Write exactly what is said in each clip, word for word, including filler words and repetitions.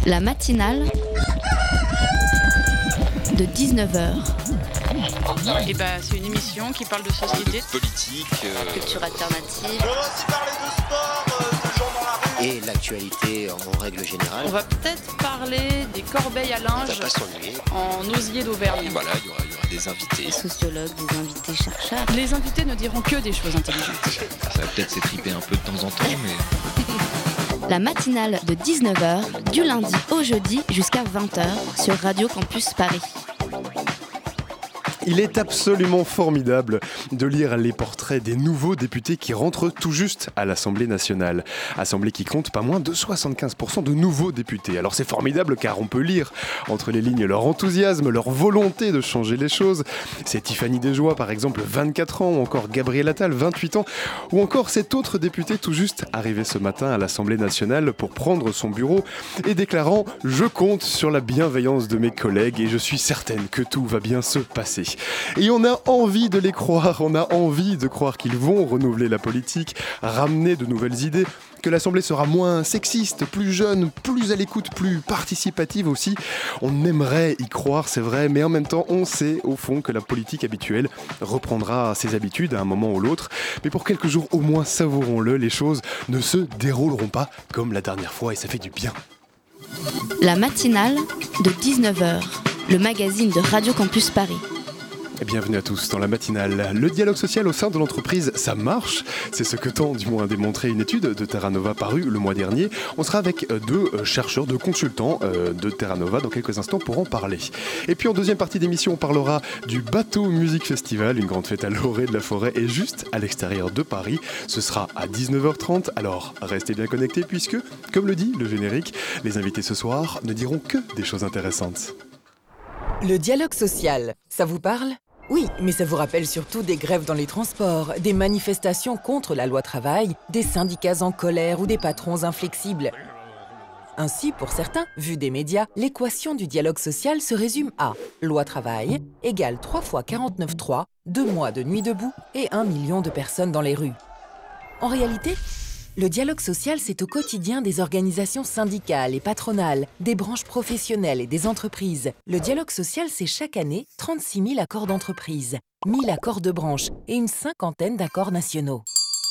La matinale de dix-neuf heures. Et bah, c'est une émission qui parle de société, de politique, euh... culture alternative. On va aussi parler de sport, euh, de gens dans la rue. Et l'actualité en règle générale. On va peut-être parler des corbeilles à linge Ça va pas s'ennuyer. en osier d'Auvergne. Voilà, il y aura, il y aura des invités. Des sociologues, des invités chercheurs. Les invités ne diront que des choses intelligentes. Ça va peut-être s'étriper un peu de temps en temps, mais... La matinale de dix-neuf heures, du lundi au jeudi jusqu'à vingt heures sur Radio Campus Paris. Il est absolument formidable de lire les portraits des nouveaux députés qui rentrent tout juste à l'Assemblée nationale. Assemblée qui compte pas moins de soixante-quinze pour cent de nouveaux députés. Alors c'est formidable car on peut lire entre les lignes leur enthousiasme, leur volonté de changer les choses. C'est Tiffany Desjoie par exemple, vingt-quatre ans, ou encore Gabriel Attal, vingt-huit ans, ou encore cet autre député tout juste arrivé ce matin à l'Assemblée nationale pour prendre son bureau et déclarant « Je compte sur la bienveillance de mes collègues et je suis certaine que tout va bien se passer ». Et on a envie de les croire, on a envie de croire qu'ils vont renouveler la politique, ramener de nouvelles idées, que l'Assemblée sera moins sexiste, plus jeune, plus à l'écoute, plus participative aussi. On aimerait y croire, c'est vrai, mais en même temps, on sait au fond que la politique habituelle reprendra ses habitudes à un moment ou l'autre. Mais pour quelques jours au moins, savourons-le, les choses ne se dérouleront pas comme la dernière fois et ça fait du bien. La matinale de dix-neuf heures, le magazine de Radio Campus Paris. Et bienvenue à tous dans la matinale. Le dialogue social au sein de l'entreprise, ça marche. C'est ce que tend du moins à démontrer une étude de Terra Nova parue le mois dernier. On sera avec deux chercheurs, deux consultants de Terra Nova dans quelques instants pour en parler. Et puis en deuxième partie d'émission, on parlera du Bateau Musique Festival, une grande fête à l'orée de la forêt et juste à l'extérieur de Paris. Ce sera à dix-neuf heures trente, alors restez bien connectés puisque, comme le dit le générique, les invités ce soir ne diront que des choses intéressantes. Le dialogue social, ça vous parle ? Oui, mais ça vous rappelle surtout des grèves dans les transports, des manifestations contre la loi travail, des syndicats en colère ou des patrons inflexibles. Ainsi, pour certains, vu des médias, l'équation du dialogue social se résume à loi travail égale trois fois quarante-neuf virgule trois, deux mois de nuit debout et un million de personnes dans les rues. En réalité, le dialogue social, c'est au quotidien des organisations syndicales et patronales, des branches professionnelles et des entreprises. Le dialogue social, c'est chaque année trente-six mille accords d'entreprise, mille accords de branche et une cinquantaine d'accords nationaux.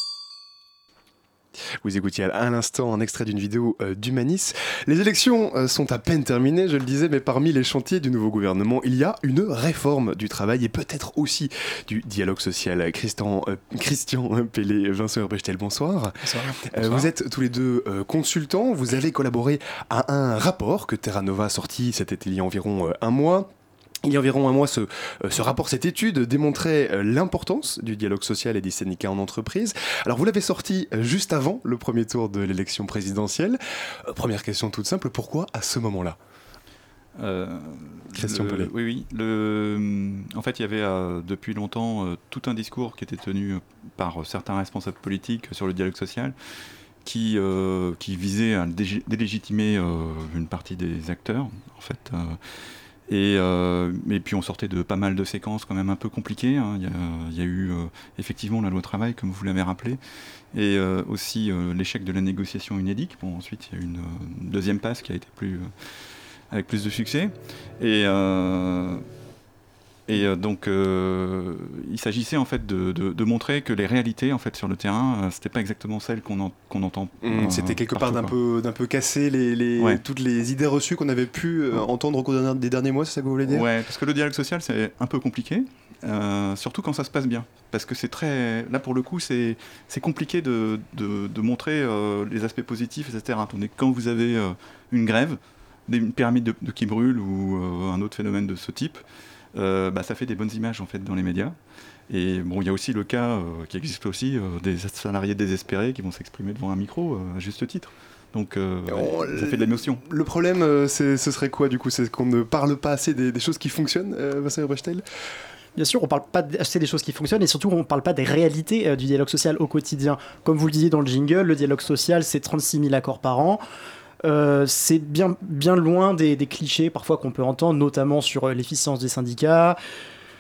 Vous écoutiez à l'instant un extrait d'une vidéo euh, d'Humanis. Les élections euh, sont à peine terminées, je le disais, mais parmi les chantiers du nouveau gouvernement, il y a une réforme du travail et peut-être aussi du dialogue social. Christian, euh, Christian Pellet, Vincent Herbechtel, bonsoir. Bonsoir. Euh, vous êtes tous les deux euh, consultants, vous avez collaboré à un rapport que Terra Nova a sorti, c'était il y a environ euh, un mois. Il y a environ un mois, ce, ce rapport, cette étude démontrait l'importance du dialogue social et des syndicats en entreprise. Alors, vous l'avez sorti juste avant le premier tour de l'élection présidentielle. Euh, première question toute simple, pourquoi à ce moment-là ? euh, Christian le, Pellet. Oui, oui. Le, en fait, il y avait euh, depuis longtemps euh, tout un discours qui était tenu par certains responsables politiques sur le dialogue social qui, euh, qui visait à dé- délégitimer euh, une partie des acteurs, en fait. Euh, Et, euh, et puis on sortait de pas mal de séquences quand même un peu compliquées. Hein. Il y a, il y a eu euh, effectivement la loi travail, comme vous l'avez rappelé, et euh, aussi euh, l'échec de la négociation UNEDIC. Bon, ensuite, il y a eu une, une deuxième passe qui a été plus, euh, avec plus de succès. Et, euh, et euh, donc, euh, il s'agissait en fait de, de, de montrer que les réalités en fait, sur le terrain, euh, c'était pas exactement celles qu'on, en, qu'on entend. Mmh, euh, c'était quelque partout, part d'un quoi. peu, d'un peu casser les, les, Ouais. toutes les idées reçues qu'on avait pu euh, entendre au cours des derniers mois, c'est ça que vous voulez dire ? Ouais, parce que le dialogue social, c'est un peu compliqué, euh, surtout quand ça se passe bien. Parce que c'est très... Là, pour le coup, c'est, c'est compliqué de, de, de montrer euh, les aspects positifs, et cetera. Tandis que quand vous avez euh, une grève, une pyramide de, de qui brûle ou euh, un autre phénomène de ce type, euh, bah, ça fait des bonnes images, en fait, dans les médias. Et bon, il y a aussi le cas euh, qui existe aussi euh, des salariés désespérés qui vont s'exprimer devant un micro, euh, à juste titre. Donc, euh, Oh, ça fait de l'émotion. Le problème, euh, c'est, ce serait quoi, du coup ? C'est qu'on ne parle pas assez des, des choses qui fonctionnent, euh, Vincent Herbechtel ? Bien sûr, on ne parle pas assez des choses qui fonctionnent et surtout on ne parle pas des réalités euh, du dialogue social au quotidien. Comme vous le disiez dans le jingle, le dialogue social, c'est trente-six mille accords par an. Euh, c'est bien, bien loin des, des clichés parfois qu'on peut entendre, notamment sur euh, l'efficience des syndicats.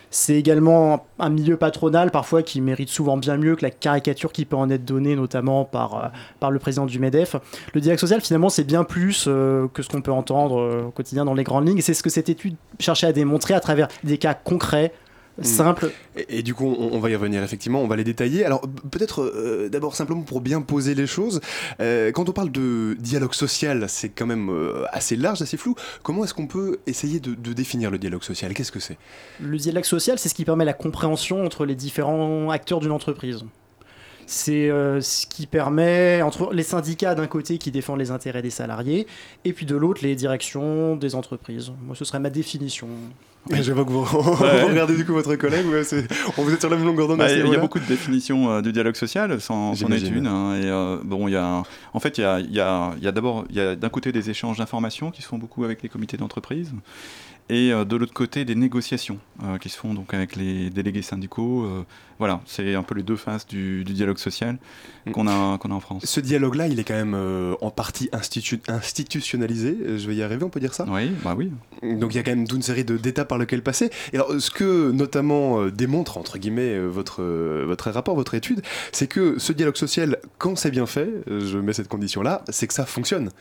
C'est également un milieu patronal parfois qui mérite souvent bien mieux que la caricature qui peut en être donnée, notamment par, euh, par le président du MEDEF. Le dialogue social, finalement, c'est bien plus euh, que ce qu'on peut entendre euh, au quotidien dans les grandes lignes. Et c'est ce que cette étude cherchait à démontrer à travers des cas concrets, simple. Et, et du coup, on, on va y revenir, effectivement, on va les détailler. Alors, peut-être euh, d'abord, simplement pour bien poser les choses, euh, quand on parle de dialogue social, c'est quand même euh, assez large, assez flou. Comment est-ce qu'on peut essayer de, de définir le dialogue social ? Qu'est-ce que c'est ? Le dialogue social, c'est ce qui permet la compréhension entre les différents acteurs d'une entreprise. C'est euh, ce qui permet, entre les syndicats d'un côté qui défendent les intérêts des salariés, et puis de l'autre, les directions des entreprises. Moi, ce serait ma définition. Oui. Je vois que vous, ouais. vous regardez du coup votre collègue, ouais, c'est... on vous êtes sur la même longueur d'onde. Il bah, y a beaucoup de définitions euh, du dialogue social, sans, sans être une. Hein, et, euh, bon, y a, en fait, il y a, y a, y a d'abord y a d'un côté des échanges d'informations qui se font beaucoup avec les comités d'entreprise, et euh, de l'autre côté des négociations euh, qui se font donc avec les délégués syndicaux. Euh, voilà, c'est un peu les deux faces du, du dialogue social qu'on a, qu'on a en France. Ce dialogue-là, il est quand même euh, en partie institu- institutionnalisé, je vais y arriver, on peut dire ça ? Oui, bah oui. Donc il y a quand même toute une série de, d'étapes par lesquelles passer. Et alors, ce que notamment euh, démontre, entre guillemets, euh, votre, euh, votre rapport, votre étude, c'est que ce dialogue social, quand c'est bien fait, euh, je mets cette condition-là, c'est que ça fonctionne.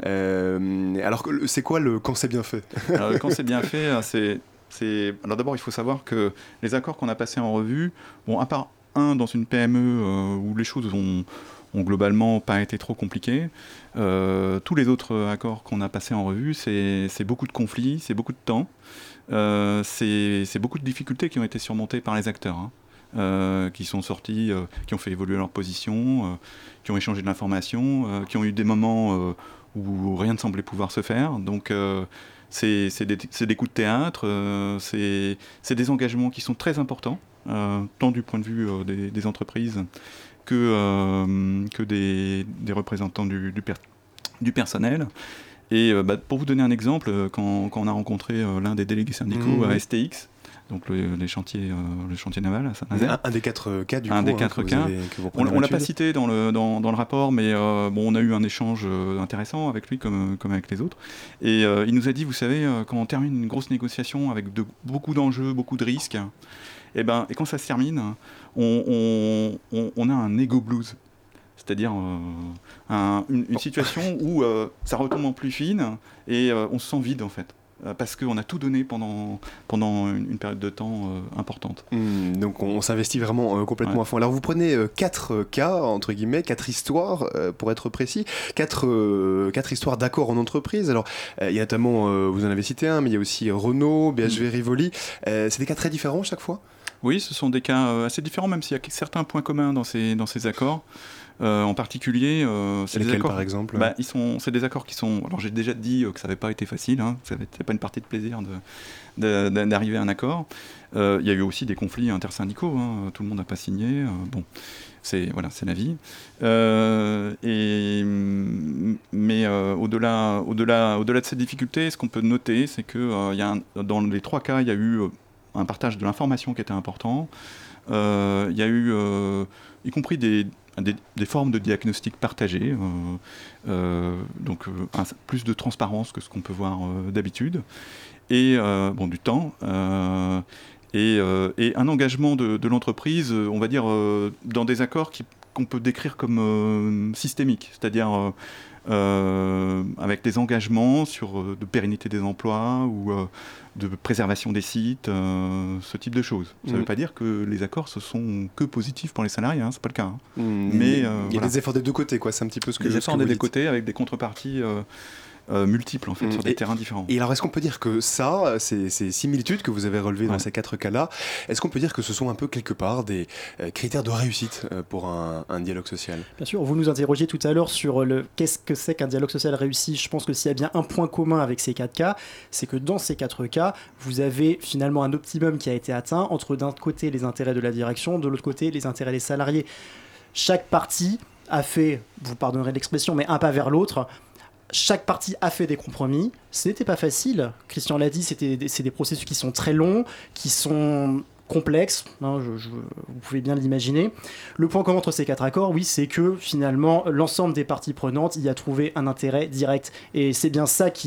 Euh, alors, c'est quoi le quand c'est bien fait ? Alors, quand c'est bien fait, c'est... C'est... Alors d'abord, il faut savoir que les accords qu'on a passés en revue, bon, à part un dans une P M E euh, où les choses ont, ont globalement pas été trop compliquées, euh, tous les autres accords qu'on a passés en revue, c'est, c'est beaucoup de conflits, c'est beaucoup de temps, euh, c'est, c'est beaucoup de difficultés qui ont été surmontées par les acteurs, hein, euh, qui sont sortis, euh, qui ont fait évoluer leur position, euh, qui ont échangé de l'information, euh, qui ont eu des moments euh, où rien ne semblait pouvoir se faire. Donc euh, C'est, c'est, des, c'est des coups de théâtre, euh, c'est, c'est des engagements qui sont très importants, euh, tant du point de vue euh, des, des entreprises que, euh, que des, des représentants du, du, per, du personnel. Et euh, bah, pour vous donner un exemple, quand, quand on a rencontré euh, l'un des délégués syndicaux mmh. à S T X, donc le, les chantiers, euh, le chantier naval à Saint-Nazaire. Un, un des quatre cas, du un coup. Un des quatre hein, cas. Avez, on ne l'a pas cité dans le, dans, dans le rapport, mais euh, bon, on a eu un échange euh, intéressant avec lui, comme, comme avec les autres. Et euh, il nous a dit, vous savez, euh, quand on termine une grosse négociation avec de, beaucoup d'enjeux, beaucoup de risques, et, ben, et quand ça se termine, on, on, on, on a un ego blues. C'est-à-dire euh, un, une, une situation où euh, ça retombe en plus fine et euh, on se sent vide, en fait. Parce qu'on a tout donné pendant, pendant une, une période de temps euh, importante. Mmh, donc on, on s'investit vraiment euh, complètement ouais. à fond. Alors vous prenez euh, quatre cas, entre guillemets, quatre histoires, euh, pour être précis, quatre, euh, quatre histoires d'accords en entreprise. Alors il euh, y a notamment, euh, vous en avez cité un, mais il y a aussi Renault, B H V, mmh. Rivoli. Euh, c'est des cas très différents chaque fois ? Oui, ce sont des cas euh, assez différents, même s'il y a certains points communs dans ces, dans ces accords. Euh, en particulier, euh, c'est, c'est des accords, par exemple bah, ils sont, c'est des accords qui sont... Alors j'ai déjà dit euh, que ça n'avait pas été facile, hein, ça n'était pas une partie de plaisir de, de, d'arriver à un accord. Euh, il y a eu aussi des conflits intersyndicaux, hein, tout le monde n'a pas signé. Euh, bon, c'est, voilà, c'est la vie. Euh, et, mais euh, au-delà, au-delà, au-delà de ces difficultés, ce qu'on peut noter, c'est que euh, y a un, dans les trois cas, il y a eu un partage de l'information qui était important. Euh, il y a eu, euh, y compris des... Des, des formes de diagnostic partagées, euh, euh, donc euh, un, plus de transparence que ce qu'on peut voir euh, d'habitude, et euh, bon, du temps, euh, et, euh, et un engagement de, de l'entreprise, on va dire, euh, dans des accords qui, qu'on peut décrire comme euh, systémiques, c'est-à-dire euh, euh, avec des engagements sur euh, de pérennité des emplois ou euh, de préservation des sites, euh, ce type de choses. Ça ne mmh. veut pas dire que les accords ce sont que positifs pour les salariés, hein, c'est pas le cas. Hein. Mmh. Mais euh, il y a voilà. des efforts des deux côtés, quoi. C'est un petit peu ce que. Les efforts des deux côtés avec des contreparties. Euh, Euh, multiples en fait, mmh. sur des et, terrains différents. Et alors est-ce qu'on peut dire que ça, ces, ces similitudes que vous avez relevées ouais. dans ces quatre cas-là, est-ce qu'on peut dire que ce sont un peu quelque part des euh, critères de réussite euh, pour un, un dialogue social ? Bien sûr, vous nous interrogiez tout à l'heure sur le qu'est-ce que c'est qu'un dialogue social réussi. Je pense que s'il y a bien un point commun avec ces quatre cas, c'est que dans ces quatre cas, vous avez finalement un optimum qui a été atteint entre d'un côté les intérêts de la direction, de l'autre côté les intérêts des salariés. Chaque partie a fait, vous pardonnerez l'expression, mais un pas vers l'autre. Chaque partie a fait des compromis. Ce n'était pas facile. Christian l'a dit, c'était des, c'est des processus qui sont très longs, qui sont complexes. Hein, je, je, vous pouvez bien l'imaginer. Le point commun entre ces quatre accords, oui, c'est que finalement, l'ensemble des parties prenantes y a trouvé un intérêt direct. Et c'est bien ça qui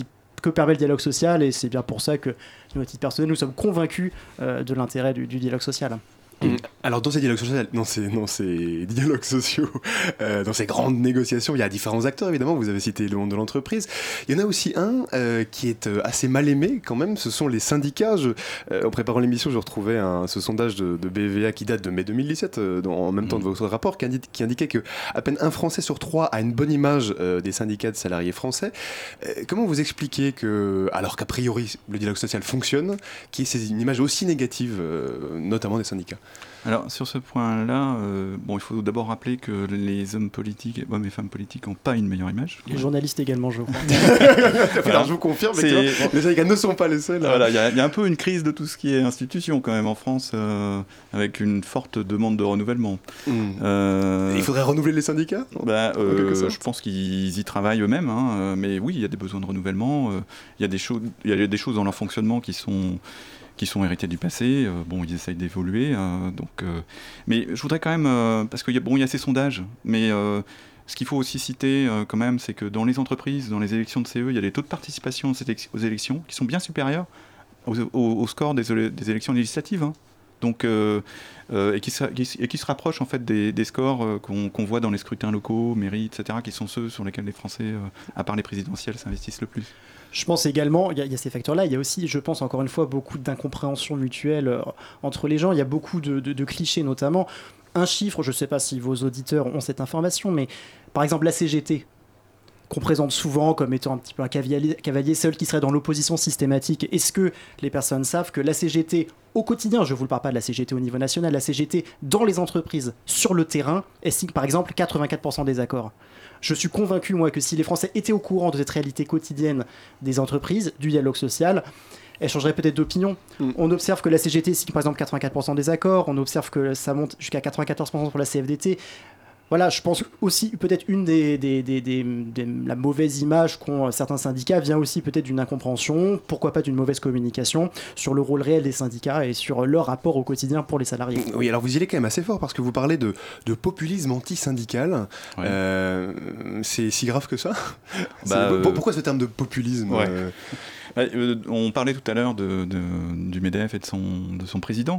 que permet le dialogue social, et c'est bien pour ça que, nous, à titre personnel, nous sommes convaincus euh, de l'intérêt du, du dialogue social. Mmh. Alors dans ces dialogues sociaux, dans ces, dans ces dialogues sociaux, euh, dans ces grandes négociations, il y a différents acteurs évidemment, vous avez cité le monde de l'entreprise. Il y en a aussi un euh, qui est euh, assez mal aimé quand même, ce sont les syndicats. Je, euh, en préparant l'émission, je retrouvais un, ce sondage de, de B V A qui date de mai deux mille dix-sept, euh, dans, en même temps de votre rapport, qui, indi- qui indiquait que à peine un Français sur trois a une bonne image euh, des syndicats de salariés français. Euh, comment vous expliquez que, alors qu'a priori le dialogue social fonctionne, qu'il y ait une image aussi négative, euh, notamment des syndicats? Alors sur ce point-là, euh, bon, il faut d'abord rappeler que les hommes politiques, hommes et femmes politiques, n'ont pas une meilleure image. Les journalistes également, je crois. Voilà. Alors je vous confirme, c'est... les syndicats ne sont pas les seuls. Voilà, il y, y a un peu une crise de tout ce qui est institution quand même en France, euh, avec une forte demande de renouvellement. Mmh. Euh... Il faudrait renouveler les syndicats bah, euh, Je pense qu'ils y travaillent eux-mêmes, hein, mais oui, il y a des besoins de renouvellement. Il euh, y a des choses, il y a des choses dans leur fonctionnement qui sont qui sont hérités du passé. Euh, bon, ils essayent d'évoluer. Euh, donc, euh, mais je voudrais quand même, euh, parce qu'il y a, bon, il y a ces sondages, mais euh, ce qu'il faut aussi citer euh, quand même, c'est que dans les entreprises, dans les élections de C E, il y a des taux de participation aux élections qui sont bien supérieurs au, au, au score des, des élections législatives. Hein. Donc, euh, euh, et, qui se, et qui se rapprochent en fait des, des scores euh, qu'on, qu'on voit dans les scrutins locaux, mairies, et cetera, qui sont ceux sur lesquels les Français, euh, à part les présidentielles, s'investissent le plus. Je pense également, il y, y a ces facteurs-là, il y a aussi, je pense encore une fois, beaucoup d'incompréhension mutuelle euh, entre les gens, il y a beaucoup de, de, de clichés notamment. Un chiffre, je ne sais pas si vos auditeurs ont cette information, mais par exemple la C G T, qu'on présente souvent comme étant un petit peu un cavalier, cavalier seul qui serait dans l'opposition systématique. Est-ce que les personnes savent que la C G T, au quotidien, je ne vous le parle pas de la C G T au niveau national, la C G T dans les entreprises, sur le terrain, estime par exemple quatre-vingt-quatre pour cent des accords. Je suis convaincu, moi, que si les Français étaient au courant de cette réalité quotidienne des entreprises, du dialogue social, elles changeraient peut-être d'opinion. Mm. On observe que la C G T signe par exemple quatre-vingt-quatre pour cent des accords, on observe que ça monte jusqu'à quatre-vingt-quatorze pour cent pour la C F D T. Voilà, je pense aussi peut-être une des, des, des, des, des la mauvaise image qu'ont certains syndicats vient aussi peut-être d'une incompréhension, pourquoi pas d'une mauvaise communication sur le rôle réel des syndicats et sur leur rapport au quotidien pour les salariés. Oui, alors vous y allez quand même assez fort parce que vous parlez de, de populisme anti-syndical. Ouais. Euh, c'est si grave que ça bah, euh... Pourquoi ce terme de populisme ouais. euh... Euh, on parlait tout à l'heure de, de, du MEDEF et de son, de son président.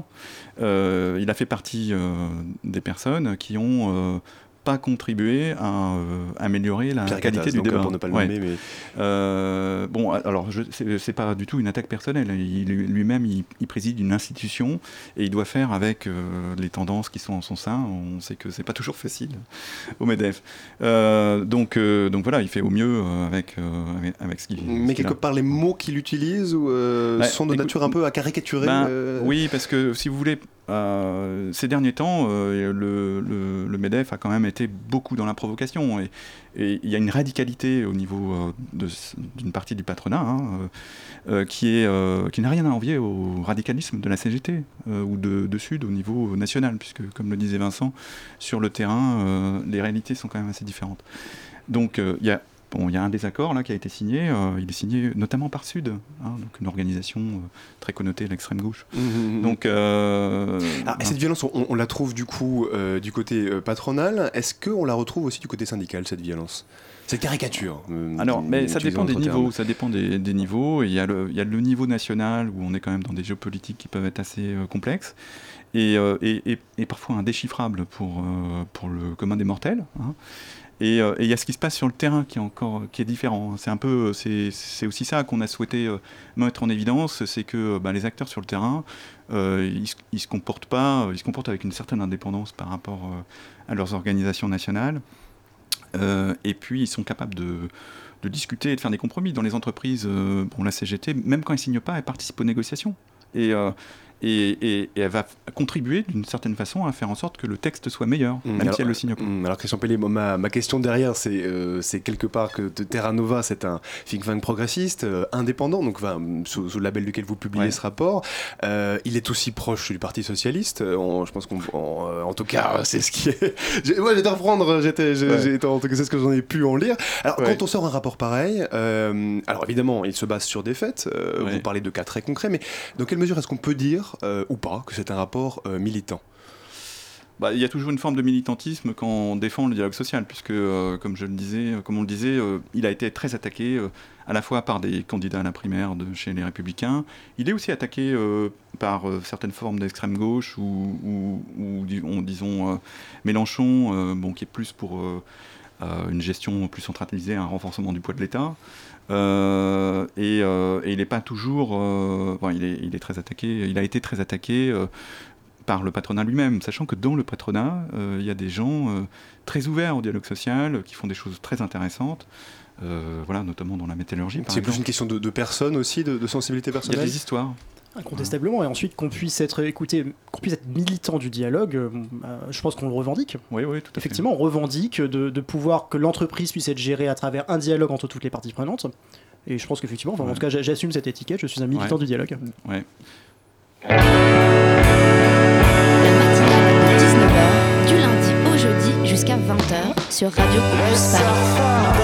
Euh, il a fait partie euh, des personnes qui ont euh, pas contribué à euh, améliorer la Pierre qualité Gattaz, du donc, débat. Pour ne pas le ouais. nommer, mais... euh, bon, alors je, c'est, c'est pas du tout une attaque personnelle. Il, lui-même, il, il préside une institution et il doit faire avec euh, les tendances qui sont en son sein. On sait que c'est pas toujours facile au MEDEF. Euh, donc, euh, donc voilà, il fait au mieux euh, avec, euh, avec, avec ce qu'il. Mais ce quelque qu'il part, les mots qu'il utilise ou euh, bah, sont de écoute, nature un peu à caricaturer. Ben, euh... Oui, parce que si vous voulez. Euh, ces derniers temps, euh, le, le, le MEDEF a quand même été beaucoup dans la provocation et il y a une radicalité au niveau euh, de, d'une partie du patronat hein, euh, qui, est, euh, qui n'a rien à envier au radicalisme de la C G T euh, ou de, de Sud au niveau national, puisque comme le disait Vincent, sur le terrain, euh, les réalités sont quand même assez différentes. Donc il euh, y a Bon, il y a un désaccord là qui a été signé. Euh, il est signé notamment par Sud, hein, donc une organisation euh, très connotée à l'extrême gauche. Mmh, donc, euh, ah, et cette violence, on, on la trouve du coup euh, du côté euh, patronal. Est-ce qu'on la retrouve aussi du côté syndical, cette violence, cette caricature euh, Alors, mais ça dépend des niveaux. Terme. Ça dépend des, des niveaux. Il y a le, il y a le niveau national où on est quand même dans des géopolitiques qui peuvent être assez euh, complexes. Et, euh, et, et, et parfois indéchiffrables pour, euh, pour le commun des mortels. Hein. Et il euh, y a ce qui se passe sur le terrain qui est encore qui est différent. C'est un peu, c'est, c'est aussi ça qu'on a souhaité euh, mettre en évidence, c'est que bah, les acteurs sur le terrain, euh, ils, ils se comportent pas, ils se comportent avec une certaine indépendance par rapport euh, à leurs organisations nationales. Euh, et puis ils sont capables de, de discuter et de faire des compromis. Dans les entreprises, euh, bon, la C G T, même quand elle signe pas, elle participe aux négociations. Et euh, Et, et, et elle va contribuer d'une certaine façon à faire en sorte que le texte soit meilleur, mmh, même alors, si elle ne le signe pas. Mmh, alors Christian Pellet, ma, ma question derrière, c'est, euh, c'est quelque part que Terra Nova, c'est un think tank progressiste, euh, indépendant, donc enfin, sous, sous le label duquel vous publiez ouais. ce rapport. Euh, il est aussi proche du Parti Socialiste. On, je pense qu'en en, en tout cas, c'est ce qui est... J'ai, moi, j'étais à reprendre, j'étais, j'ai, ouais. j'ai, en tout cas, c'est ce que j'en ai pu en lire. Alors, ouais. quand on sort un rapport pareil, euh, alors évidemment, il se base sur des faits. Euh, ouais. Vous parlez de cas très concrets, mais dans quelle mesure est-ce qu'on peut dire, euh, ou pas, que c'est un rapport euh, militant ? Bah, il y a toujours une forme de militantisme quand on défend le dialogue social, puisque, euh, comme je le disais, comme on le disait, euh, il a été très attaqué, euh, à la fois par des candidats à la primaire de chez les Républicains. Il est aussi attaqué euh, par euh, certaines formes d'extrême gauche, ou, ou, ou disons, disons euh, Mélenchon, euh, bon, qui est plus pour euh, euh, une gestion plus centralisée, un renforcement du poids de l'État. Euh, et, euh, et il n'est pas toujours, euh, bon, il est, il est très attaqué. Il a été très attaqué. Euh, par le patronat lui-même, sachant que dans le patronat, il euh, y a des gens euh, très ouverts au dialogue social, qui font des choses très intéressantes, euh, voilà, notamment dans la métallurgie. C'est plus une question de, de personnes aussi, de, de sensibilité personnelle. Il y a des histoires. Incontestablement, et ensuite qu'on puisse être écouté, qu'on puisse être militant du dialogue, euh, je pense qu'on le revendique. Oui, oui, tout à Effectivement, fait. on revendique de, de pouvoir que l'entreprise puisse être gérée à travers un dialogue entre toutes les parties prenantes. Et je pense qu'effectivement, enfin, ouais. en tout cas, j'assume cette étiquette, je suis un militant ouais. du dialogue. Ouais. dix-neuf heures, du lundi au jeudi jusqu'à vingt heures sur Radio Campus Paris.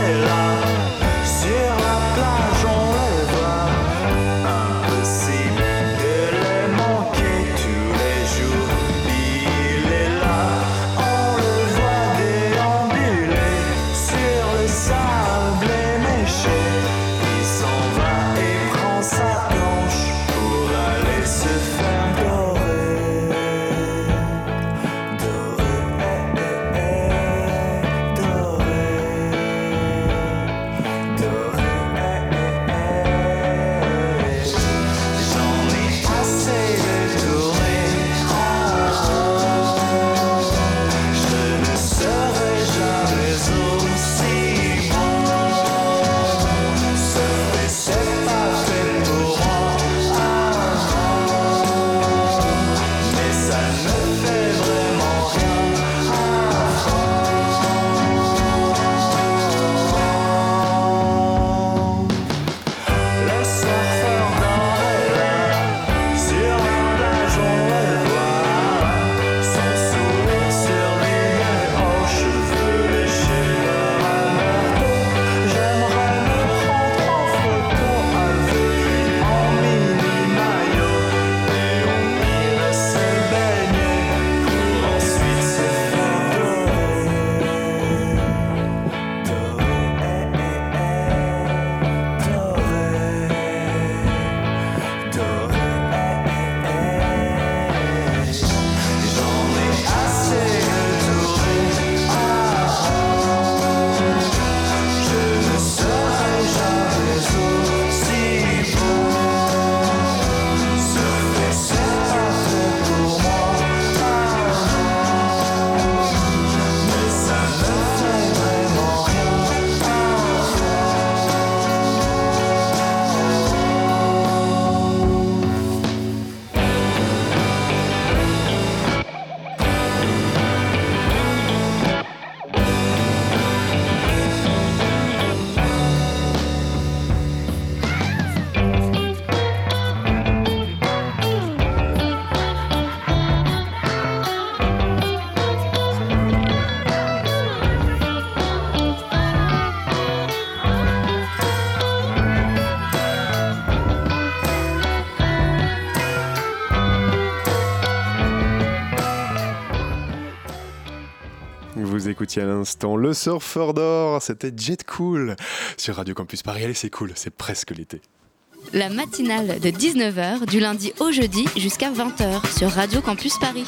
Vous écoutiez à l'instant Le Surfeur d'Or, c'était Jet Cool sur Radio Campus Paris. Allez, c'est cool, c'est presque l'été. La matinale de dix-neuf heures du lundi au jeudi jusqu'à vingt heures sur Radio Campus Paris.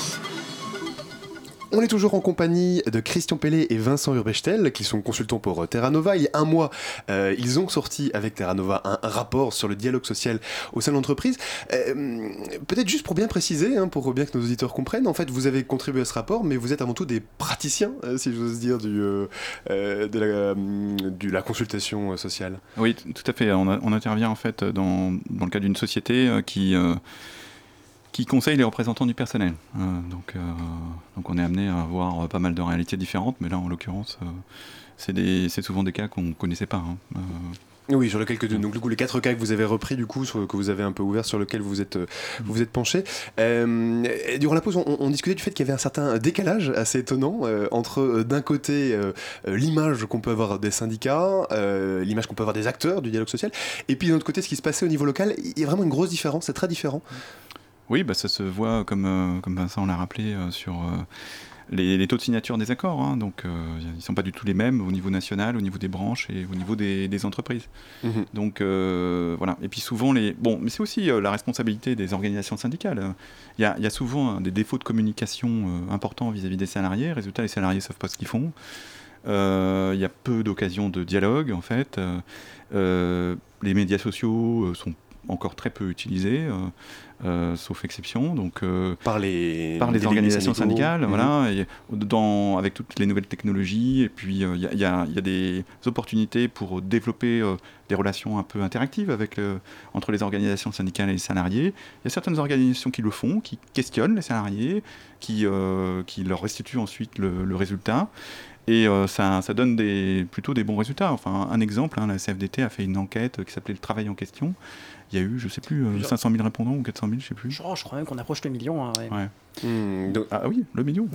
On est toujours en compagnie de Christian Pellet et Vincent Urbechtel, qui sont consultants pour Terra Nova. Il y a un mois, euh, ils ont sorti avec Terra Nova un, un rapport sur le dialogue social au sein de l'entreprise. Euh, peut-être juste pour bien préciser, hein, pour bien que nos auditeurs comprennent, en fait, vous avez contribué à ce rapport, mais vous êtes avant tout des praticiens, euh, si j'ose dire, du, euh, euh, de, la, euh, de la consultation sociale. Oui, tout à fait. On, a, on intervient en fait dans, dans le cadre d'une société euh, qui... Euh, qui conseille les représentants du personnel. Euh, donc, euh, donc on est amené à avoir pas mal de réalités différentes, mais là en l'occurrence, euh, c'est, des, c'est souvent des cas qu'on ne connaissait pas. Hein. Euh, Oui, sur lequel que, donc, du coup, les quatre cas que vous avez repris, du coup, sur, que vous avez un peu ouvert, sur lequel vous êtes, vous vous êtes penché. Euh, durant la pause, on, on discutait du fait qu'il y avait un certain décalage assez étonnant euh, entre, euh, d'un côté, euh, l'image qu'on peut avoir des syndicats, euh, l'image qu'on peut avoir des acteurs du dialogue social, et puis d'un autre côté, ce qui se passait au niveau local. Il y a vraiment une grosse différence, c'est très différent. Oui, bah, ça se voit, comme, euh, comme Vincent l'a rappelé, euh, sur euh, les, les taux de signature des accords. Hein. Donc, euh, ils ne sont pas du tout les mêmes au niveau national, au niveau des branches et au niveau des, des entreprises. Mmh. Donc, euh, voilà. Et puis souvent, les... bon, mais c'est aussi euh, la responsabilité des organisations syndicales. Il y a, il y a souvent hein, des défauts de communication euh, importants vis-à-vis des salariés. Résultat, les salariés ne savent pas ce qu'ils font. Euh, il y a peu d'occasions de dialogue, en fait. Euh, euh, les médias sociaux euh, sont encore très peu utilisés, euh, euh, sauf exception. Donc, euh, par les, par les organisations syndicales, mmh. voilà, et dans, avec toutes les nouvelles technologies. Et puis, il euh, y, y, y a des opportunités pour développer euh, des relations un peu interactives avec, euh, entre les organisations syndicales et les salariés. Il y a certaines organisations qui le font, qui questionnent les salariés, qui, euh, qui leur restituent ensuite le, le résultat. Et euh, ça, ça donne des, plutôt des bons résultats. Enfin, un exemple, hein, la C F D T a fait une enquête qui s'appelait « Le travail en question ». Il y a eu, je ne sais plus, euh, cinq cent mille répondants ou quatre cent mille, je ne sais plus. Je, je crois même qu'on approche le million. Hein, ouais. Ouais. Mmh, donc... Ah oui, le million. Donc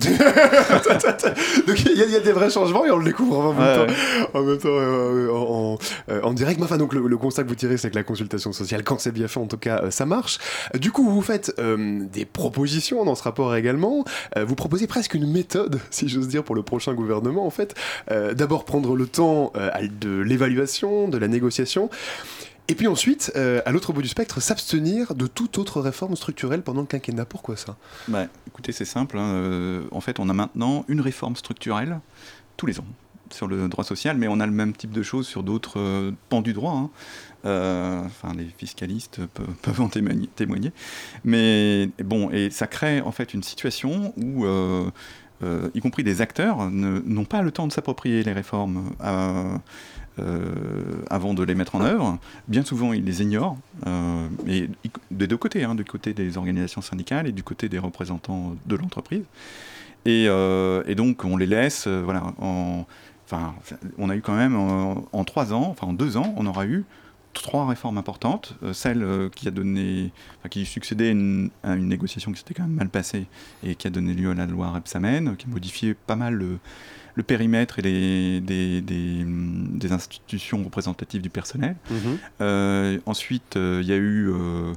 il y, y a des vrais changements et on le découvre en même ouais, temps, ouais. en, même temps euh, en, en, euh, en direct. Enfin, donc le, le constat que vous tirez, c'est que la consultation sociale, quand c'est bien fait, en tout cas, euh, ça marche. Du coup, vous faites euh, des propositions dans ce rapport également. Euh, vous proposez presque une méthode, si j'ose dire, pour le prochain gouvernement. En fait, euh, d'abord prendre le temps euh, de l'évaluation, de la négociation. Et puis ensuite, euh, à l'autre bout du spectre, s'abstenir de toute autre réforme structurelle pendant le quinquennat. Pourquoi ça ? Bah, écoutez, c'est simple. Hein. Euh, en fait, on a maintenant une réforme structurelle tous les ans sur le droit social, mais on a le même type de choses sur d'autres euh, pans du droit. Hein. Euh, enfin, les fiscalistes peuvent, peuvent en témoigner, témoigner. Mais bon, et ça crée en fait une situation où... Euh, Euh, y compris des acteurs, ne, n'ont pas le temps de s'approprier les réformes euh, euh, avant de les mettre en œuvre. Bien souvent, ils les ignorent, euh, et, des deux côtés, hein, du côté des organisations syndicales et du côté des représentants de l'entreprise. Et, euh, et donc, on les laisse, euh, voilà, en, enfin, on a eu quand même, en, en trois ans, enfin en deux ans, on aura eu trois réformes importantes, euh, celle euh, qui a donné, enfin, qui succédait une, à une négociation qui s'était quand même mal passée et qui a donné lieu à la loi Rebsamen, qui a modifié pas mal le, le périmètre et les, des, des, des institutions représentatives du personnel. Mmh. Euh, ensuite, il euh, y a eu euh,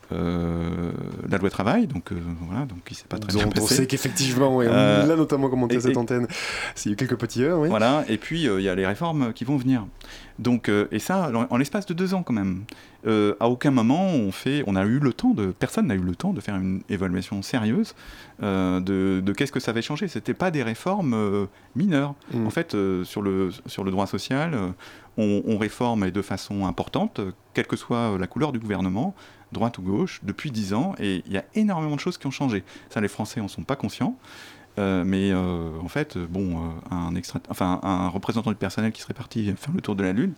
Euh, la loi travail, donc euh, voilà, donc qui s'est pas très donc, bien passé. On sait qu'effectivement, et on euh, l'a notamment commenté à cette et, antenne, il y a eu quelques petits heures. Oui. Voilà, et puis il euh, y a les réformes qui vont venir. Donc, euh, et ça, en, en l'espace de deux ans quand même. Euh, à aucun moment on fait, on a eu le temps de, personne n'a eu le temps de faire une évaluation sérieuse euh, de, de qu'est-ce que ça avait changé. C'était pas des réformes euh, mineures. Mmh. En fait, euh, sur le sur le droit social, euh, on, on réforme de façon importante, quelle que soit la couleur du gouvernement, droite ou gauche, depuis dix ans, et il y a énormément de choses qui ont changé. Ça, les Français en sont pas conscients. Euh, mais euh, en fait, bon, euh, un, extra... enfin, un représentant du personnel qui serait parti faire le tour de la Lune,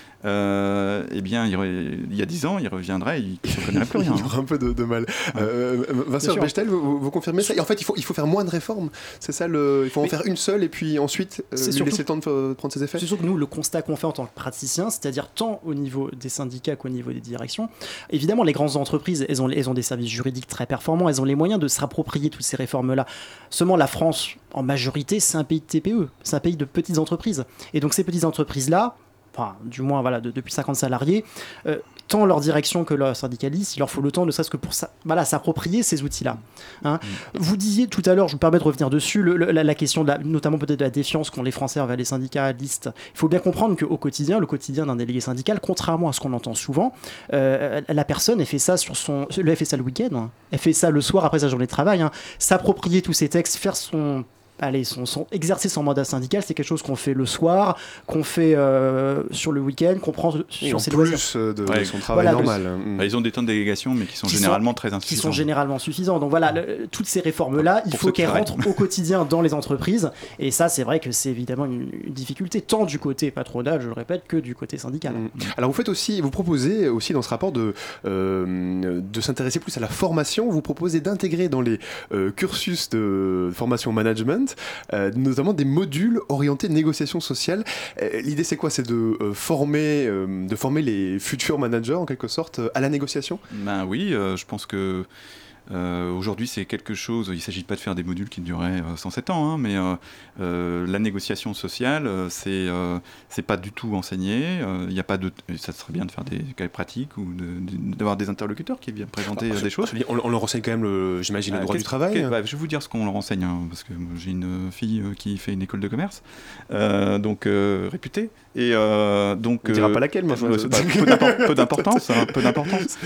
euh, eh bien, il, re... il y a dix ans, il reviendrait, il ne reconnaîtrait plus rien. Il y aura un peu de, de mal. Ouais. Euh, Vincent Bechtel, vous, vous confirmez ça ? Et en fait, il faut, il faut faire moins de réformes. C'est ça, le... il faut en mais faire une seule et puis ensuite euh, lui surtout... laisser le temps de prendre ses effets. C'est sûr que nous, le constat qu'on fait en tant que praticien, c'est-à-dire tant au niveau des syndicats qu'au niveau des directions, évidemment, les grandes entreprises, elles ont, elles ont des services juridiques très performants, elles ont les moyens de se rapproprier toutes ces réformes-là. Seulement, la France, en majorité, c'est un pays de T P E, c'est un pays de petites entreprises. Et donc, ces petites entreprises-là, enfin, du moins voilà, de, depuis cinquante salariés, euh, tant leur direction que leurs syndicalistes, il leur faut le temps, ne serait-ce que pour ça, voilà, s'approprier ces outils-là. Hein. Mmh. Vous disiez tout à l'heure, je me permets de revenir dessus, le, le, la, la question, de la, notamment peut-être de la défiance qu'ont les Français envers les syndicalistes. Il faut bien comprendre qu'au quotidien, le quotidien d'un délégué syndical, contrairement à ce qu'on entend souvent, euh, la personne, elle fait ça sur son, elle fait ça le week-end, hein. Elle fait ça le soir après sa journée de travail, hein. S'approprier tous ces textes, faire son Allez, son, son, exercer son mandat syndical, c'est quelque chose qu'on fait le soir, qu'on fait euh, sur le week-end, qu'on prend sur ses loisirs. En plus de, ouais, de son travail voilà, normal. De... Bah, ils ont des temps de délégation, mais qui sont qui généralement sont, très insuffisants. Qui sont généralement suffisants. Donc voilà, le, toutes ces réformes-là, il Pour faut qu'elles rentrent au quotidien dans les entreprises. Et ça, c'est vrai que c'est évidemment une, une difficulté, tant du côté patronal, je le répète, que du côté syndical. Mmh. Alors vous faites aussi, vous proposez aussi dans ce rapport de, euh, de s'intéresser plus à la formation. Vous proposez d'intégrer dans les euh, cursus de formation management Euh, notamment des modules orientés négociation sociale. Euh, l'idée c'est quoi ? C'est de, euh, former, euh, de former les futurs managers en quelque sorte euh, à la négociation ? Ben oui, euh, je pense que Euh, aujourd'hui, c'est quelque chose. Il ne s'agit pas de faire des modules qui dureraient euh, cent sept ans, hein, mais euh, euh, la négociation sociale, euh, c'est euh, c'est pas du tout enseigné. Il euh, y a pas de. Ça serait bien de faire des cas pratiques ou de, de, d'avoir des interlocuteurs qui viennent présenter ah, euh, des choses. On, on leur enseigne quand même, le, j'imagine, le euh, droit du travail. Bah, je vais vous dire ce qu'on leur enseigne, hein, parce que j'ai une fille euh, qui fait une école de commerce, euh, donc euh, réputée. Et euh, donc, on ne dira euh, pas laquelle, mais euh, bah, peu, d'impor- peu d'importance, hein, peu d'importance.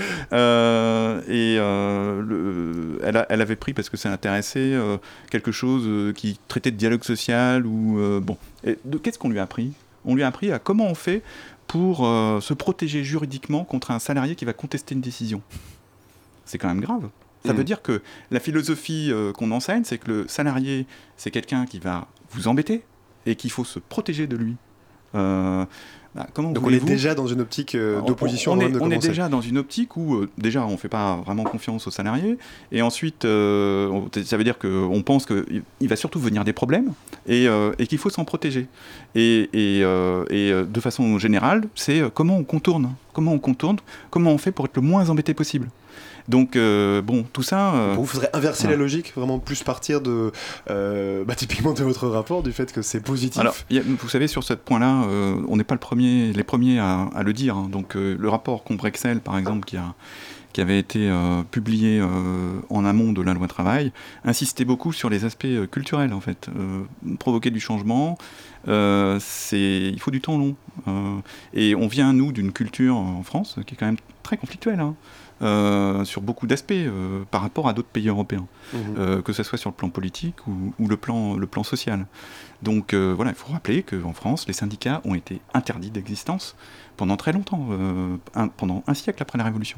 Euh, et euh, le, elle, a, elle avait pris parce que ça l'intéressait euh, quelque chose euh, qui traitait de dialogue social ou euh, bon. Et de, qu'est-ce qu'on lui a appris ? On lui a appris à comment on fait pour euh, se protéger juridiquement contre un salarié qui va contester une décision. C'est quand même grave. Ça mmh. veut dire que la philosophie euh, qu'on enseigne, c'est que le salarié, c'est quelqu'un qui va vous embêter et qu'il faut se protéger de lui. Euh, bah, comment Donc on est déjà dans une optique euh, d'opposition. On, on, avant est, de on est commencer. déjà dans une optique où euh, déjà on ne fait pas vraiment confiance aux salariés et ensuite euh, on, ça veut dire qu'on pense qu'il il va surtout venir des problèmes et, euh, et qu'il faut s'en protéger. Et, et, euh, et euh, de façon générale, c'est euh, comment on contourne, comment on contourne, comment on fait pour être le moins embêté possible. Donc, euh, bon, tout ça... Euh, Pour vous, il faudrait inverser voilà. la logique, vraiment plus partir de, euh, bah, typiquement de votre rapport, du fait que c'est positif. Alors, y a, vous savez, sur ce point-là, euh, on n'est pas le premier, les premiers à, à le dire. Hein. Donc, euh, le rapport Combrexel, par exemple, qui, a, qui avait été euh, publié euh, en amont de la loi travail, insistait beaucoup sur les aspects euh, culturels, en fait. Euh, provoquer du changement, euh, c'est, il faut du temps long. Euh, et on vient, nous, d'une culture en France qui est quand même très conflictuelle, hein. Euh, sur beaucoup d'aspects euh, par rapport à d'autres pays européens, mmh. euh, que ce soit sur le plan politique ou, ou le, plan, le plan social. Donc euh, voilà, il faut rappeler qu'en France, les syndicats ont été interdits d'existence pendant très longtemps, euh, un, pendant un siècle après la Révolution.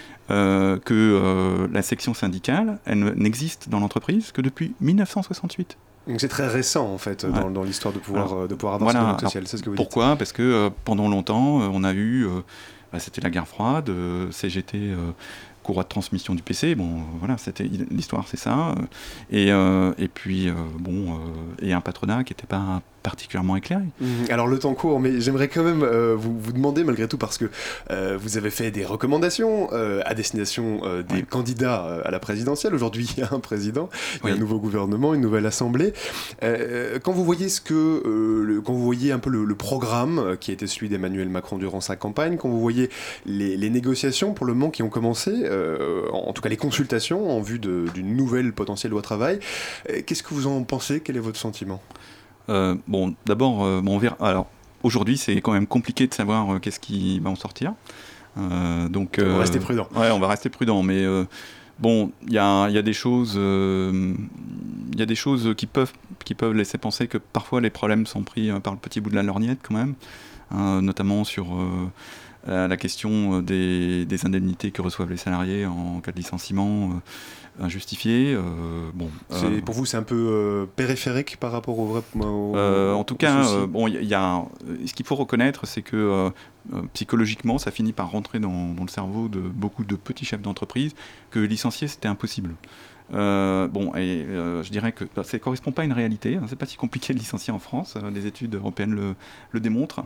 Euh, que euh, la section syndicale, elle n'existe dans l'entreprise que depuis dix-neuf cent soixante-huit. Donc c'est très récent en fait dans, ouais. dans l'histoire de pouvoir, alors, de pouvoir avancer voilà, dans le social, c'est ce que vous pourquoi ? dites. Parce que euh, pendant longtemps, euh, on a eu... Euh, Bah, c'était la guerre froide, euh, C G T, euh, courroie de transmission du P C, bon, euh, voilà, c'était, l'histoire c'est ça, euh, et, euh, et puis, euh, bon, euh, et un patronat qui n'était pas particulièrement éclairé. Mmh, alors le temps court, mais j'aimerais quand même euh, vous, vous demander malgré tout, parce que euh, vous avez fait des recommandations euh, à destination euh, des oui. candidats euh, à la présidentielle. Aujourd'hui, il y a un président, il y a oui. un nouveau gouvernement, une nouvelle assemblée. Euh, quand vous voyez ce que, euh, le, quand vous voyez un peu le, le programme qui a été celui d'Emmanuel Macron durant sa campagne, quand vous voyez les, les négociations pour le moment qui ont commencé, euh, en tout cas les consultations en vue de, d'une nouvelle potentielle loi travail, euh, qu'est-ce que vous en pensez ? Quel est votre sentiment ? Euh, bon, d'abord, euh, bon, on verra. Alors, aujourd'hui, c'est quand même compliqué de savoir euh, qu'est-ce qui va en sortir. Euh, donc, on va euh, rester prudent. Ouais, on va rester prudent. Mais euh, bon, il y a, y a des choses, il euh, y a des choses qui peuvent, qui peuvent laisser penser que parfois les problèmes sont pris euh, par le petit bout de la lorgnette, quand même, hein, notamment sur euh, la question des, des indemnités que reçoivent les salariés en cas de licenciement. Euh, injustifié. Euh, bon, c'est, euh, pour vous, c'est un peu euh, périphérique par rapport au vrai. Au, euh, en tout cas, euh, bon, il y, y a ce qu'il faut reconnaître, c'est que euh, euh, psychologiquement, ça finit par rentrer dans, dans le cerveau de beaucoup de petits chefs d'entreprise que licencier c'était impossible. Euh, bon, et euh, je dirais que bah, ça ne correspond pas à une réalité. Hein, c'est pas si compliqué de licencier en France. Euh, les études européennes le, le démontrent.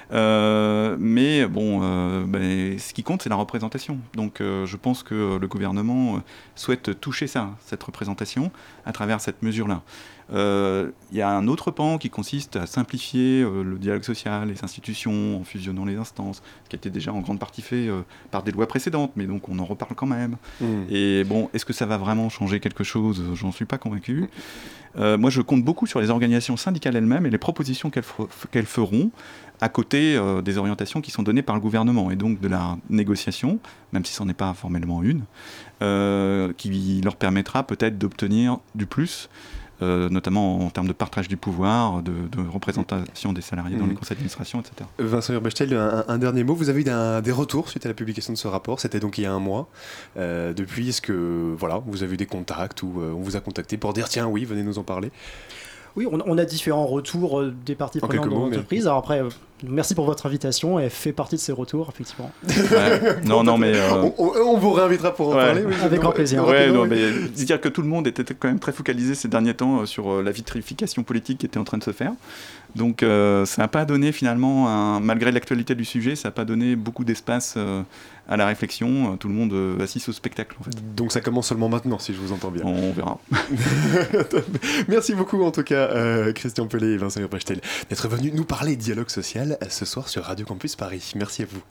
Euh, mais bon, euh, bah, ce qui compte, c'est la représentation. Donc, euh, je pense que le gouvernement souhaite toucher ça, cette représentation, à travers cette mesure-là. Il euh, y a un autre pan qui consiste à simplifier euh, le dialogue social, les institutions, en fusionnant les instances, ce qui a été déjà en grande partie fait euh, par des lois précédentes, mais donc on en reparle quand même. Mmh. Et bon, est-ce que ça va vraiment changer quelque chose ? J'en suis pas convaincu. Euh, moi, je compte beaucoup sur les organisations syndicales elles-mêmes et les propositions qu'elles, f- qu'elles feront à côté euh, des orientations qui sont données par le gouvernement, et donc de la négociation, même si ce n'en est pas formellement une, euh, qui leur permettra peut-être d'obtenir du plus. Euh, notamment en termes de partage du pouvoir, de, de représentation des salariés mmh. dans les conseils d'administration, et cetera. Vincent Hurbechtel, un, un dernier mot. Vous avez eu un, des retours suite à la publication de ce rapport. C'était donc il y a un mois. Euh, depuis, est-ce que voilà, vous avez eu des contacts ou euh, on vous a contacté pour dire tiens, oui, venez nous en parler ? Oui, on, on a différents retours euh, des parties prenantes dans l'entreprise. Mais... Alors après, euh, Merci pour votre invitation, elle fait partie de ces retours, effectivement. Ouais. Non, non, mais... Euh... On, on vous réinvitera pour en ouais. parler. Oui, Avec grand plaisir. Ouais, non, mais dire que tout le monde était quand même très focalisé ces derniers temps sur la vitrification politique qui était en train de se faire. Donc euh, ça n'a pas donné finalement, un, malgré l'actualité du sujet, ça n'a pas donné beaucoup d'espace euh, à la réflexion. Tout le monde euh, assiste au spectacle en fait. Donc ça commence seulement maintenant, si je vous entends bien. On verra. Merci beaucoup en tout cas, euh, Christian Pellet et Vincent Brechtel, d'être venus nous parler dialogue social ce soir sur Radio Campus Paris. Merci à vous.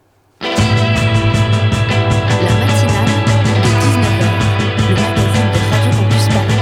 La matinale de dix-neuf heures, le magazine de Radio Campus Paris.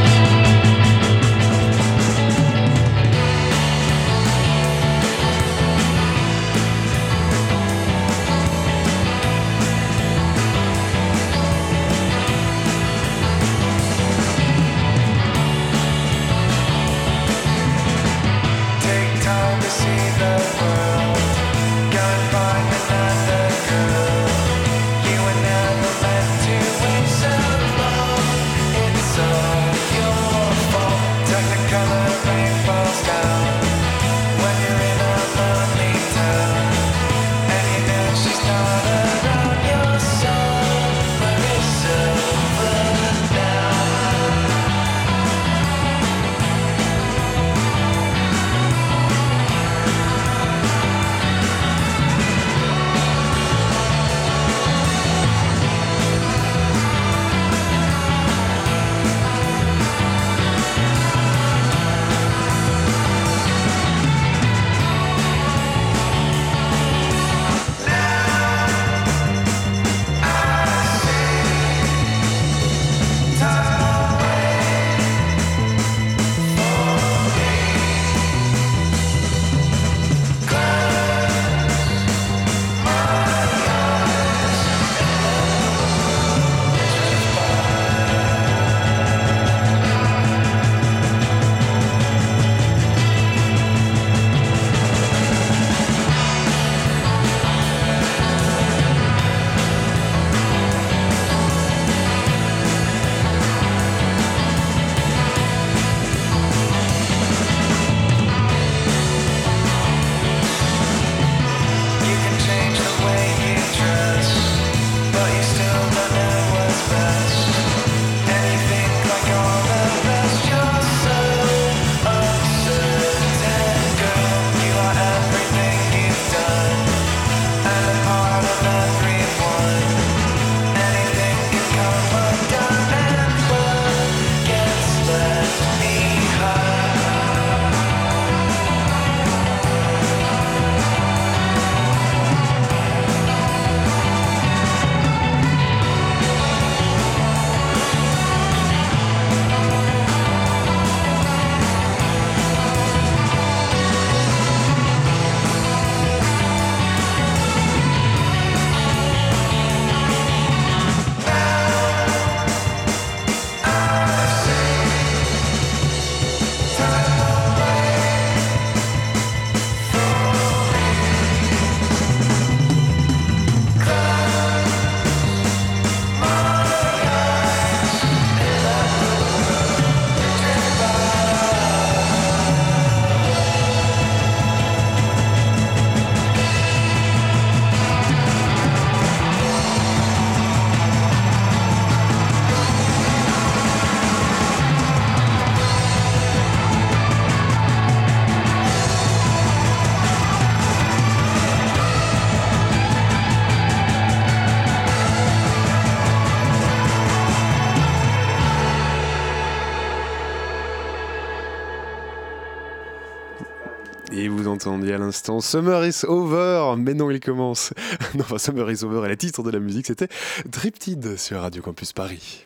Et vous entendiez à l'instant Summer is over, mais non, il commence. Non, enfin, Summer is over et le titre de la musique, c'était Triptide sur Radio Campus Paris.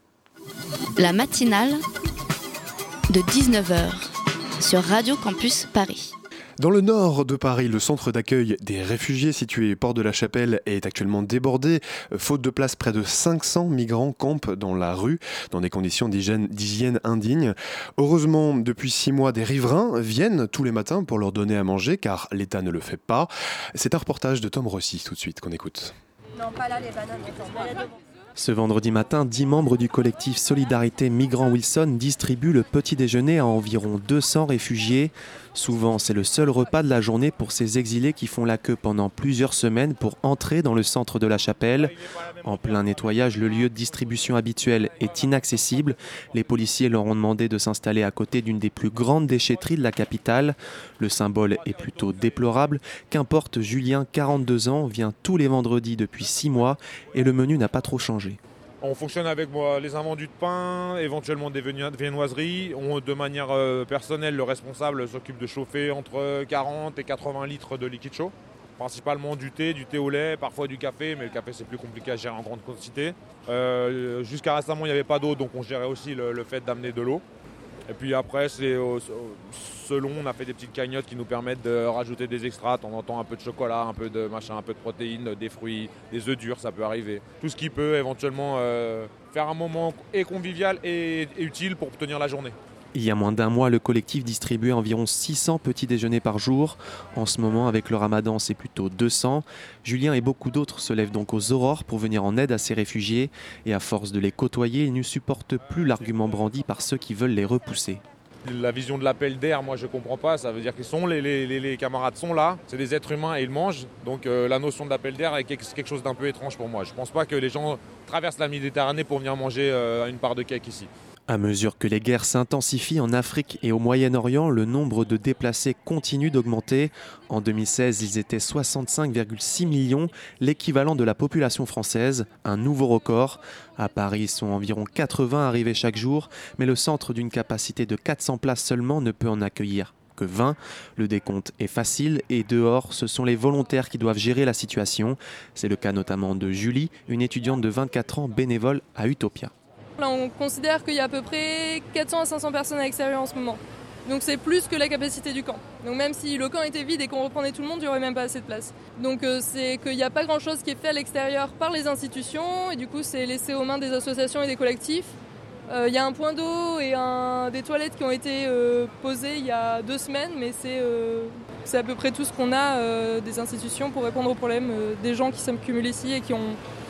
La matinale de dix-neuf heures sur Radio Campus Paris. Dans le nord de Paris, le centre d'accueil des réfugiés situé Porte de la Chapelle est actuellement débordé. Faute de place, près de cinq cents migrants campent dans la rue, dans des conditions d'hygiène, d'hygiène indignes. Heureusement, depuis six mois, des riverains viennent tous les matins pour leur donner à manger, car l'État ne le fait pas. C'est un reportage de Tom Rossi, tout de suite, qu'on écoute. Non, pas là, les bananes. Ce vendredi matin, dix membres du collectif Solidarité Migrants Wilson distribuent le petit déjeuner à environ deux cents réfugiés. Souvent, c'est le seul repas de la journée pour ces exilés qui font la queue pendant plusieurs semaines pour entrer dans le centre de la chapelle. En plein nettoyage, le lieu de distribution habituel est inaccessible. Les policiers leur ont demandé de s'installer à côté d'une des plus grandes déchetteries de la capitale. Le symbole est plutôt déplorable. Qu'importe, Julien, quarante-deux ans, vient tous les vendredis depuis six mois et le menu n'a pas trop changé. On fonctionne avec moi, les invendus de pain, éventuellement des viennoiseries. On, de manière euh, personnelle, le responsable s'occupe de chauffer entre quarante et quatre-vingts litres de liquide chaud. Principalement du thé, du thé au lait, parfois du café, mais le café c'est plus compliqué à gérer en grande quantité. Euh, jusqu'à récemment il n'y avait pas d'eau, donc on gérait aussi le, le fait d'amener de l'eau. Et puis après, c'est euh, selon, on a fait des petites cagnottes qui nous permettent de rajouter des extras. De temps en temps, un peu de chocolat, un peu de machin, un peu de protéines, des fruits, des œufs durs, ça peut arriver. Tout ce qui peut éventuellement euh, faire un moment et convivial et, et utile pour tenir la journée. Il y a moins d'un mois, le collectif distribuait environ six cents petits déjeuners par jour. En ce moment, avec le ramadan, c'est plutôt deux cents. Julien et beaucoup d'autres se lèvent donc aux aurores pour venir en aide à ces réfugiés. Et à force de les côtoyer, ils ne supportent plus l'argument brandi par ceux qui veulent les repousser. La vision de l'appel d'air, moi je comprends pas, ça veut dire qu'ils sont, les, les, les camarades sont là, c'est des êtres humains et ils mangent, donc euh, la notion de l'appel d'air est quelque chose d'un peu étrange pour moi. Je pense pas que les gens traversent la Méditerranée pour venir manger euh, une part de cake ici. À mesure que les guerres s'intensifient en Afrique et au Moyen-Orient, le nombre de déplacés continue d'augmenter. En deux mille seize, ils étaient soixante-cinq virgule six millions, l'équivalent de la population française, un nouveau record. À Paris, ils sont environ quatre-vingts arrivés chaque jour, mais le centre d'une capacité de quatre cents places seulement ne peut en accueillir que vingt. Le décompte est facile et dehors, ce sont les volontaires qui doivent gérer la situation. C'est le cas notamment de Julie, une étudiante de vingt-quatre ans bénévole à Utopia. Là, on considère qu'il y a à peu près quatre cents à cinq cents personnes à l'extérieur en ce moment. Donc c'est plus que la capacité du camp. Donc même si le camp était vide et qu'on reprenait tout le monde, il n'y aurait même pas assez de place. Donc euh, c'est qu'il n'y a pas grand-chose qui est fait à l'extérieur par les institutions et du coup c'est laissé aux mains des associations et des collectifs. Il euh, y a un point d'eau et un, des toilettes qui ont été euh, posées il y a deux semaines, mais c'est, euh, c'est à peu près tout ce qu'on a euh, des institutions pour répondre aux problèmes euh, des gens qui s'accumulent ici et qui ont...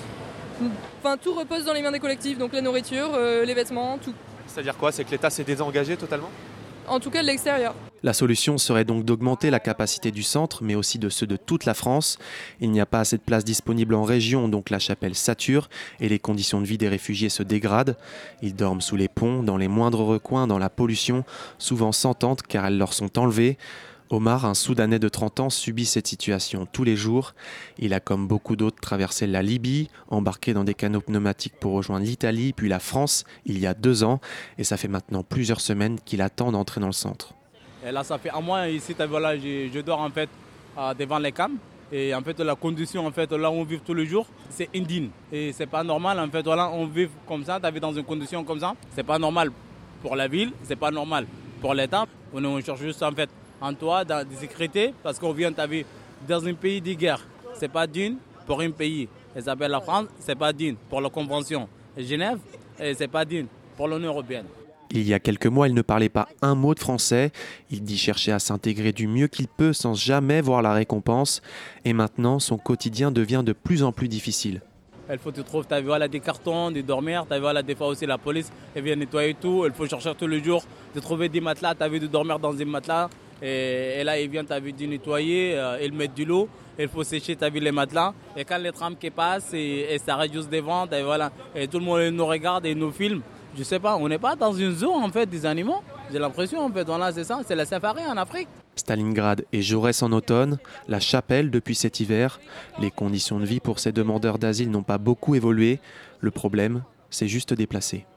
Enfin, tout repose dans les mains des collectifs, donc la nourriture, euh, les vêtements, tout. C'est-à-dire quoi ? C'est que l'État s'est désengagé totalement ? En tout cas de l'extérieur. La solution serait donc d'augmenter la capacité du centre, mais aussi de ceux de toute la France. Il n'y a pas assez de places disponibles en région, donc la chapelle sature et les conditions de vie des réfugiés se dégradent. Ils dorment sous les ponts, dans les moindres recoins, dans la pollution, souvent sans tente car elles leur sont enlevées. Omar, un Soudanais de trente ans, subit cette situation tous les jours. Il a, comme beaucoup d'autres, traversé la Libye, embarqué dans des canots pneumatiques pour rejoindre l'Italie, puis la France, il y a deux ans. Et ça fait maintenant plusieurs semaines qu'il attend d'entrer dans le centre. Et là, ça fait un mois ici, voilà, je, je dors en fait devant les cams. Et en fait, la condition, en fait, là où on vit tous les jours, c'est indigne. Et c'est pas normal, en fait, voilà, on vit comme ça, tu dans une condition comme ça. C'est pas normal pour la ville, c'est pas normal pour l'État. On, on cherche juste, en fait, en toi, dans des sécurités, parce qu'on vient dans un pays de guerre. C'est pas digne pour un pays. Elle s'appelle la France, c'est pas digne pour la Convention de Genève, et c'est pas digne pour l'Union européenne. Il y a quelques mois, il ne parlait pas un mot de français. Il dit chercher à s'intégrer du mieux qu'il peut sans jamais voir la récompense. Et maintenant, son quotidien devient de plus en plus difficile. Il faut que tu trouves, tu voilà, des cartons, des dormirs, tu voilà, des fois aussi la police, elle vient nettoyer tout. Il faut chercher tous les jours de trouver des matelas, tu as vu de dormir dans des matelas. Et, et là, ils viennent, tu as vu, de nettoyer, euh, ils mettent de l'eau, il faut sécher, tu as vu les matelas. Et quand les trams qui passent, et, et ça réduit des ventes, et voilà, et tout le monde nous regarde et nous filme. Je sais pas, on n'est pas dans une zone en fait des animaux. J'ai l'impression en fait, voilà, c'est ça, c'est la safari en Afrique. Stalingrad et Jaurès en automne, la chapelle depuis cet hiver. Les conditions de vie pour ces demandeurs d'asile n'ont pas beaucoup évolué. Le problème, c'est juste déplacé.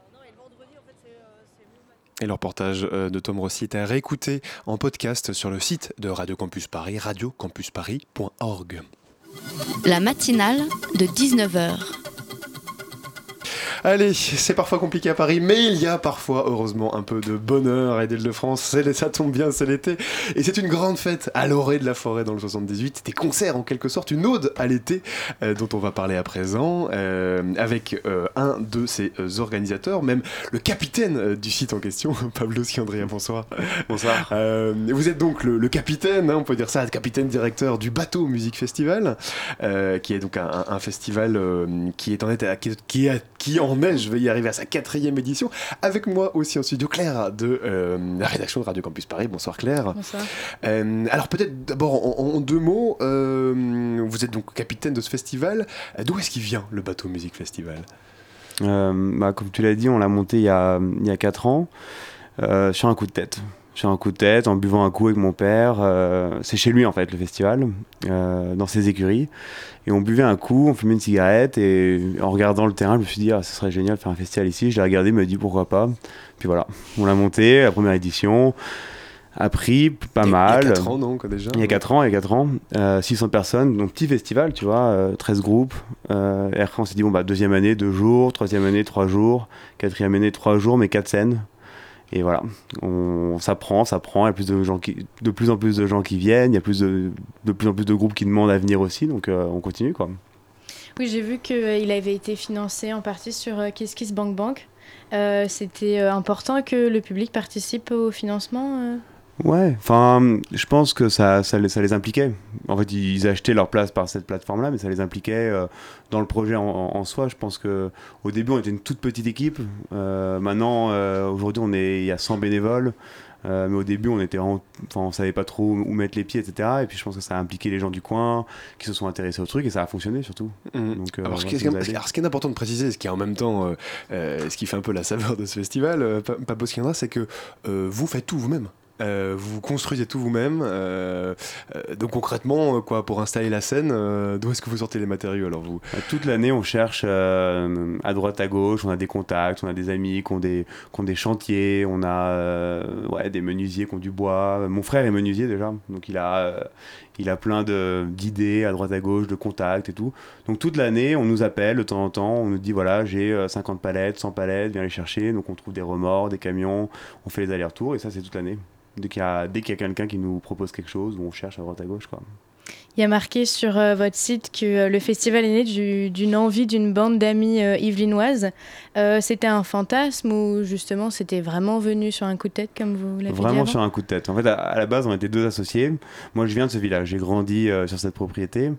Et le reportage de Tom Rossi est à réécouter en podcast sur le site de Radio Campus Paris, radio campus paris point org. La matinale de dix-neuf heures. Allez, c'est parfois compliqué à Paris, mais il y a parfois, heureusement, un peu de bonheur. Et d'Île-de-France, c'est, ça tombe bien, c'est l'été. Et c'est une grande fête à l'orée de la forêt dans le soixante-dix-huit. Des concerts, en quelque sorte, une ode à l'été, euh, dont on va parler à présent, euh, avec euh, un de ses euh, organisateurs, même le capitaine euh, du site en question, Pablo Schiandria, bonsoir. Bonsoir. Euh, vous êtes donc le, le capitaine, hein, on peut dire ça, le capitaine directeur du Bateau Musique Festival, euh, qui est donc un, un festival euh, qui est en est à, qui, qui, a, qui en est, je vais y arriver à sa quatrième édition. Avec moi aussi en studio, Claire de euh, la rédaction de Radio Campus Paris. Bonsoir Claire. Bonsoir. Euh, alors peut-être d'abord en, en deux mots, euh, vous êtes donc capitaine de ce festival. D'où est-ce qu'il vient le Bateau Musique Festival ? euh, bah, Comme tu l'as dit, on l'a monté il y a, il y a quatre ans euh, sur un coup de tête. Sur un coup de tête, en buvant un coup avec mon père. Euh, c'est chez lui en fait le festival, euh, dans ses écuries. Et on buvait un coup, on fumait une cigarette et en regardant le terrain, je me suis dit ah, ce serait génial de faire un festival ici. Je l'ai regardé, me dit pourquoi pas. Puis voilà, on l'a monté, la première édition. A pris pas il y a, mal. Il y a quatre ans donc déjà. Il y a quatre ans, il y a quatre ans. Euh, six cents personnes, donc petit festival, tu vois, euh, treize groupes. Euh, et après on s'est dit bon bah deuxième année, deux jours, troisième année, trois jours, quatrième année, trois jours, mais quatre scènes. Et voilà, on, ça prend, ça prend, il y a plus de, gens qui, de plus en plus de gens qui viennent, il y a plus de, de plus en plus de groupes qui demandent à venir aussi, donc euh, on continue quoi. Oui, j'ai vu qu'il euh, avait été financé en partie sur euh, Kiss Kiss Bank Bank. Euh, c'était euh, important que le public participe au financement euh... Ouais, enfin, je pense que ça, ça, les, ça les impliquait. En fait, ils achetaient leur place par cette plateforme-là, mais ça les impliquait euh, dans le projet en, en, en soi. Je pense qu'au début, on était une toute petite équipe. Euh, maintenant, euh, aujourd'hui, on est, il y a cent bénévoles. Euh, mais au début, on était, enfin, on savait pas trop où mettre les pieds, et cetera. Et puis, je pense que ça a impliqué les gens du coin qui se sont intéressés au truc et ça a fonctionné surtout. Mmh. Donc, euh, alors, ce qui est, alors, ce qui est important de préciser, ce qui est en même temps, euh, euh, ce qui fait un peu la saveur de ce festival, euh, Pablo Schiandria, c'est que euh, vous faites tout vous-même. Euh, vous construisez tout vous-même, euh, euh, donc concrètement, quoi, pour installer la scène, euh, d'où est-ce que vous sortez les matériaux alors vous ? Toute l'année, on cherche euh, à droite, à gauche, on a des contacts, on a des amis qui ont des, qui ont des chantiers, on a euh, ouais, des menuisiers qui ont du bois. Mon frère est menuisier déjà, donc il a, euh, il a plein de, d'idées à droite, à gauche, de contacts et tout. Donc toute l'année, on nous appelle de temps en temps, on nous dit voilà, j'ai cinquante palettes, cent palettes, viens les chercher. Donc on trouve des remords, des camions, on fait les allers-retours et ça c'est toute l'année. Dès qu'il y a, dès qu'il y a quelqu'un qui nous propose quelque chose, on cherche à droite à gauche, quoi. Il y a marqué sur euh, votre site que euh, le festival est né du, d'une envie d'une bande d'amis euh, yvelinoises. Euh, c'était un fantasme ou justement c'était vraiment venu sur un coup de tête comme vous l'avez dit Vraiment avant ? Sur un coup de tête. En fait, à, à la base, on était deux associés. Moi, je viens de ce village. J'ai grandi euh, sur cette propriété.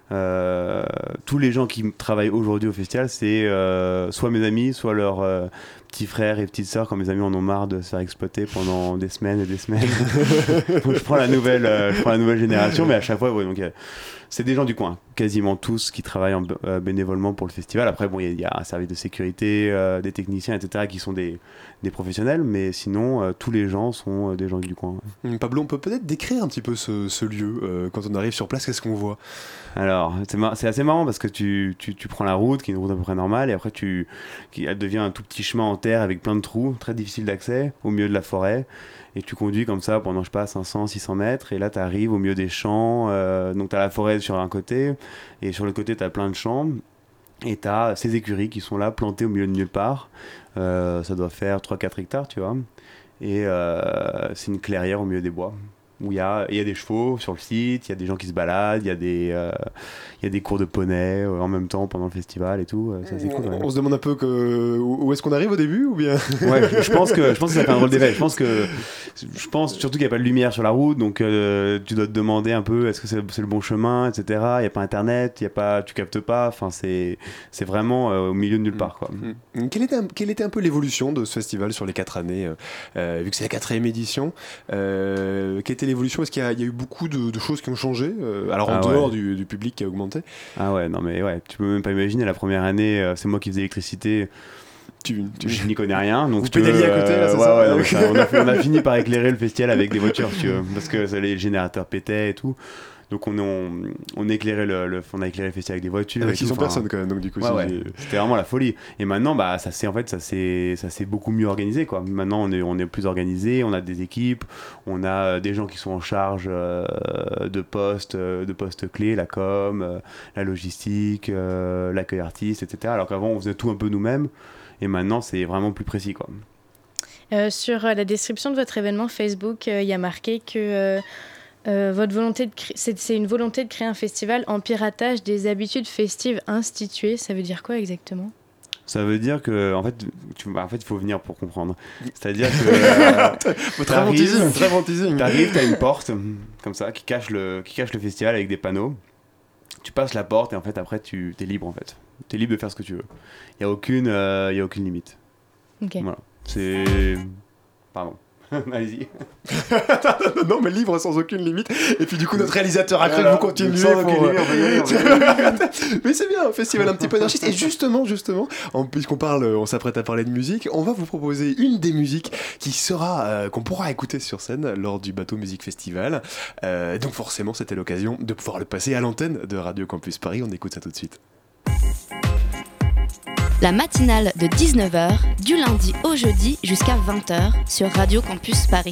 Euh, tous les gens qui travaillent aujourd'hui au festival, c'est euh, soit mes amis, soit leurs euh, petits frères et petites sœurs quand mes amis en ont marre de se faire exploiter pendant des semaines et des semaines. Donc je prends la nouvelle, euh, je prends la nouvelle génération, mais à chaque fois, ouais, donc, euh, c'est des gens du coin, quasiment tous qui travaillent en, euh, bénévolement pour le festival. Après, bon, il y, y a un service de sécurité, euh, des techniciens, et cetera, qui sont des, des professionnels, mais sinon, euh, tous les gens sont euh, des gens du coin. Ouais. Pablo, on peut peut-être décrire un petit peu ce, ce lieu. Euh, quand on arrive sur place, qu'est-ce qu'on voit ? Alors, c'est, mar- c'est assez marrant parce que tu, tu, tu prends la route, qui est une route à peu près normale, et après, tu, qui, elle devient un tout petit chemin en terre avec plein de trous, très difficile d'accès, au milieu de la forêt. Et tu conduis comme ça pendant, je sais pas, cinq cents, six cents mètres, et là, tu arrives au milieu des champs. Euh, donc, tu as la forêt sur un côté, et sur le côté, tu as plein de champs. Et tu as ces écuries qui sont là, plantées au milieu de nulle part. Euh, ça doit faire trois à quatre hectares, tu vois. Et euh, c'est une clairière au milieu des bois, où il y a, y a des chevaux sur le site, il y a des gens qui se baladent, il y a des, euh, y a des cours de poney euh, en même temps pendant le festival et tout. Euh, ça, c'est cool, on, ouais. on se demande un peu que, où est-ce qu'on arrive au début ou bien ? Ouais, je, je, pense que, je pense que ça fait un drôle d'éveil. Je pense, que, je pense surtout qu'il n'y a pas de lumière sur la route, donc euh, tu dois te demander un peu est-ce que c'est, c'est le bon chemin, et cetera. Il n'y a pas internet, y a pas, tu captes pas, enfin, c'est, c'est vraiment euh, au milieu de nulle part, quoi. Mmh. Quelle était, un, quelle était un peu l'évolution de ce festival sur les quatre années, euh, vu que c'est la quatrième édition euh, quelle était l'évolution ? Est-ce qu'il y a, il y a eu beaucoup de, de choses qui ont changé euh, alors en ah dehors ouais. du, du public qui a augmenté ? Ah ouais, non mais ouais, tu peux même pas imaginer, la première année, euh, c'est moi qui faisais l'électricité. Tu, tu... Je n'y connais rien, donc vous pédaliez à côté là, c'est ouais, ça, ouais, donc ça on, a fait, on a fini par éclairer le festival avec des voitures, tu vois, parce que ça, les générateurs pétaient et tout. Donc on, on, on, éclairait le, le, on a éclairé le festival avec des voitures. Avec six cents enfin, personnes quand même, donc du coup ouais, ouais, c'était vraiment la folie. Et maintenant, bah, ça s'est en fait, ça s'est, ça s'est beaucoup mieux organisé, quoi. Maintenant, on est, on est plus organisé, on a des équipes, on a des gens qui sont en charge euh, de postes, de postes clés, la com, euh, la logistique, euh, l'accueil artiste, et cetera. Alors qu'avant, on faisait tout un peu nous-mêmes, et maintenant, c'est vraiment plus précis, quoi. Euh, sur euh, la description de votre événement Facebook, il euh, y a marqué que euh, euh, votre volonté de cré... c'est, c'est une volonté de créer un festival en piratage des habitudes festives instituées. Ça veut dire quoi exactement ? Ça veut dire que, en fait, tu, en fait, il faut venir pour comprendre. C'est-à-dire que euh, très bon teasing, très bon teasing. T'arrives, t'as une porte comme ça qui cache le, qui cache le festival avec des panneaux. Tu passes la porte et en fait après tu t'es libre en fait. T'es libre de faire ce que tu veux. Il y a aucune, euh, il y a aucune limite. Ok. Voilà. C'est, pardon. Allez-y. Non, mais libre sans aucune limite. Et puis du coup, notre réalisateur a cru que vous continuez. Sans pour... aucune limite, mais c'est bien, un festival un petit peu anarchiste. Et justement, justement, en, puisqu'on parle, on s'apprête à parler de musique, on va vous proposer une des musiques qui sera, euh, qu'on pourra écouter sur scène lors du Bateau Musique Festival. Euh, donc forcément, c'était l'occasion de pouvoir le passer à l'antenne de Radio Campus Paris. On écoute ça tout de suite. La matinale de dix-neuf heures, du lundi au jeudi jusqu'à vingt heures sur Radio Campus Paris.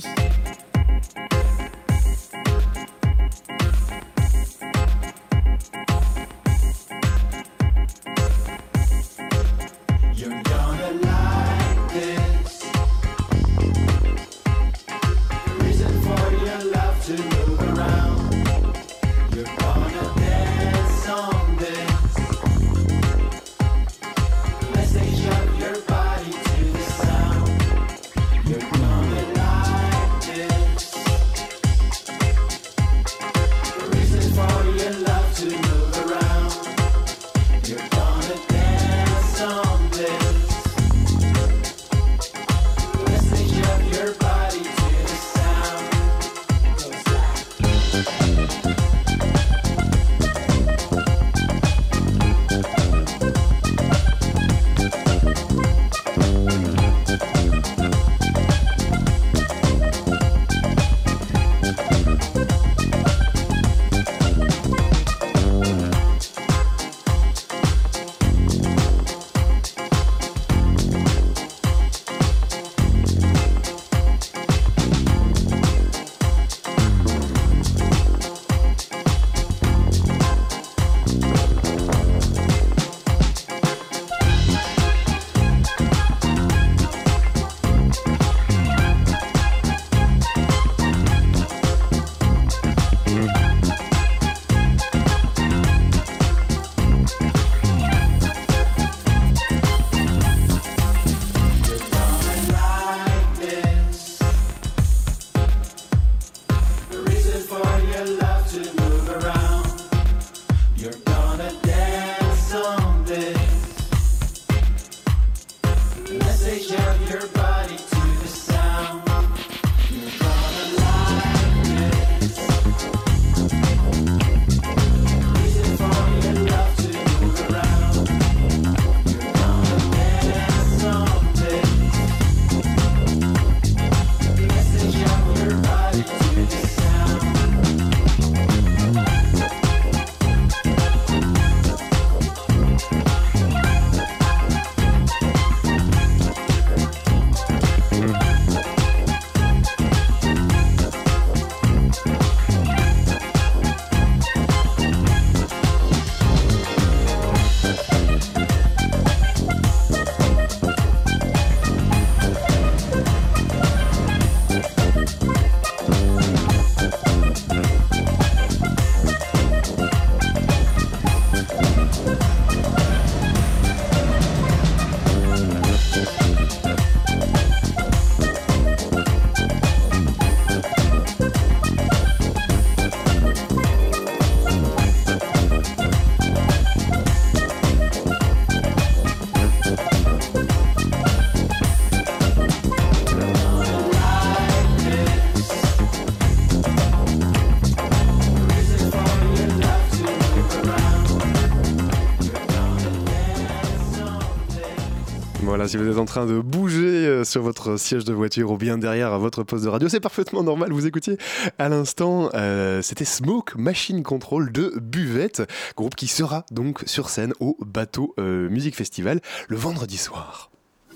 Voilà, si vous êtes en train de bouger sur votre siège de voiture ou bien derrière votre poste de radio, c'est parfaitement normal. Vous écoutiez à l'instant, euh, c'était Smoke Machine Control de Buvette, groupe qui sera donc sur scène au Bateau euh, Music Festival le vendredi soir.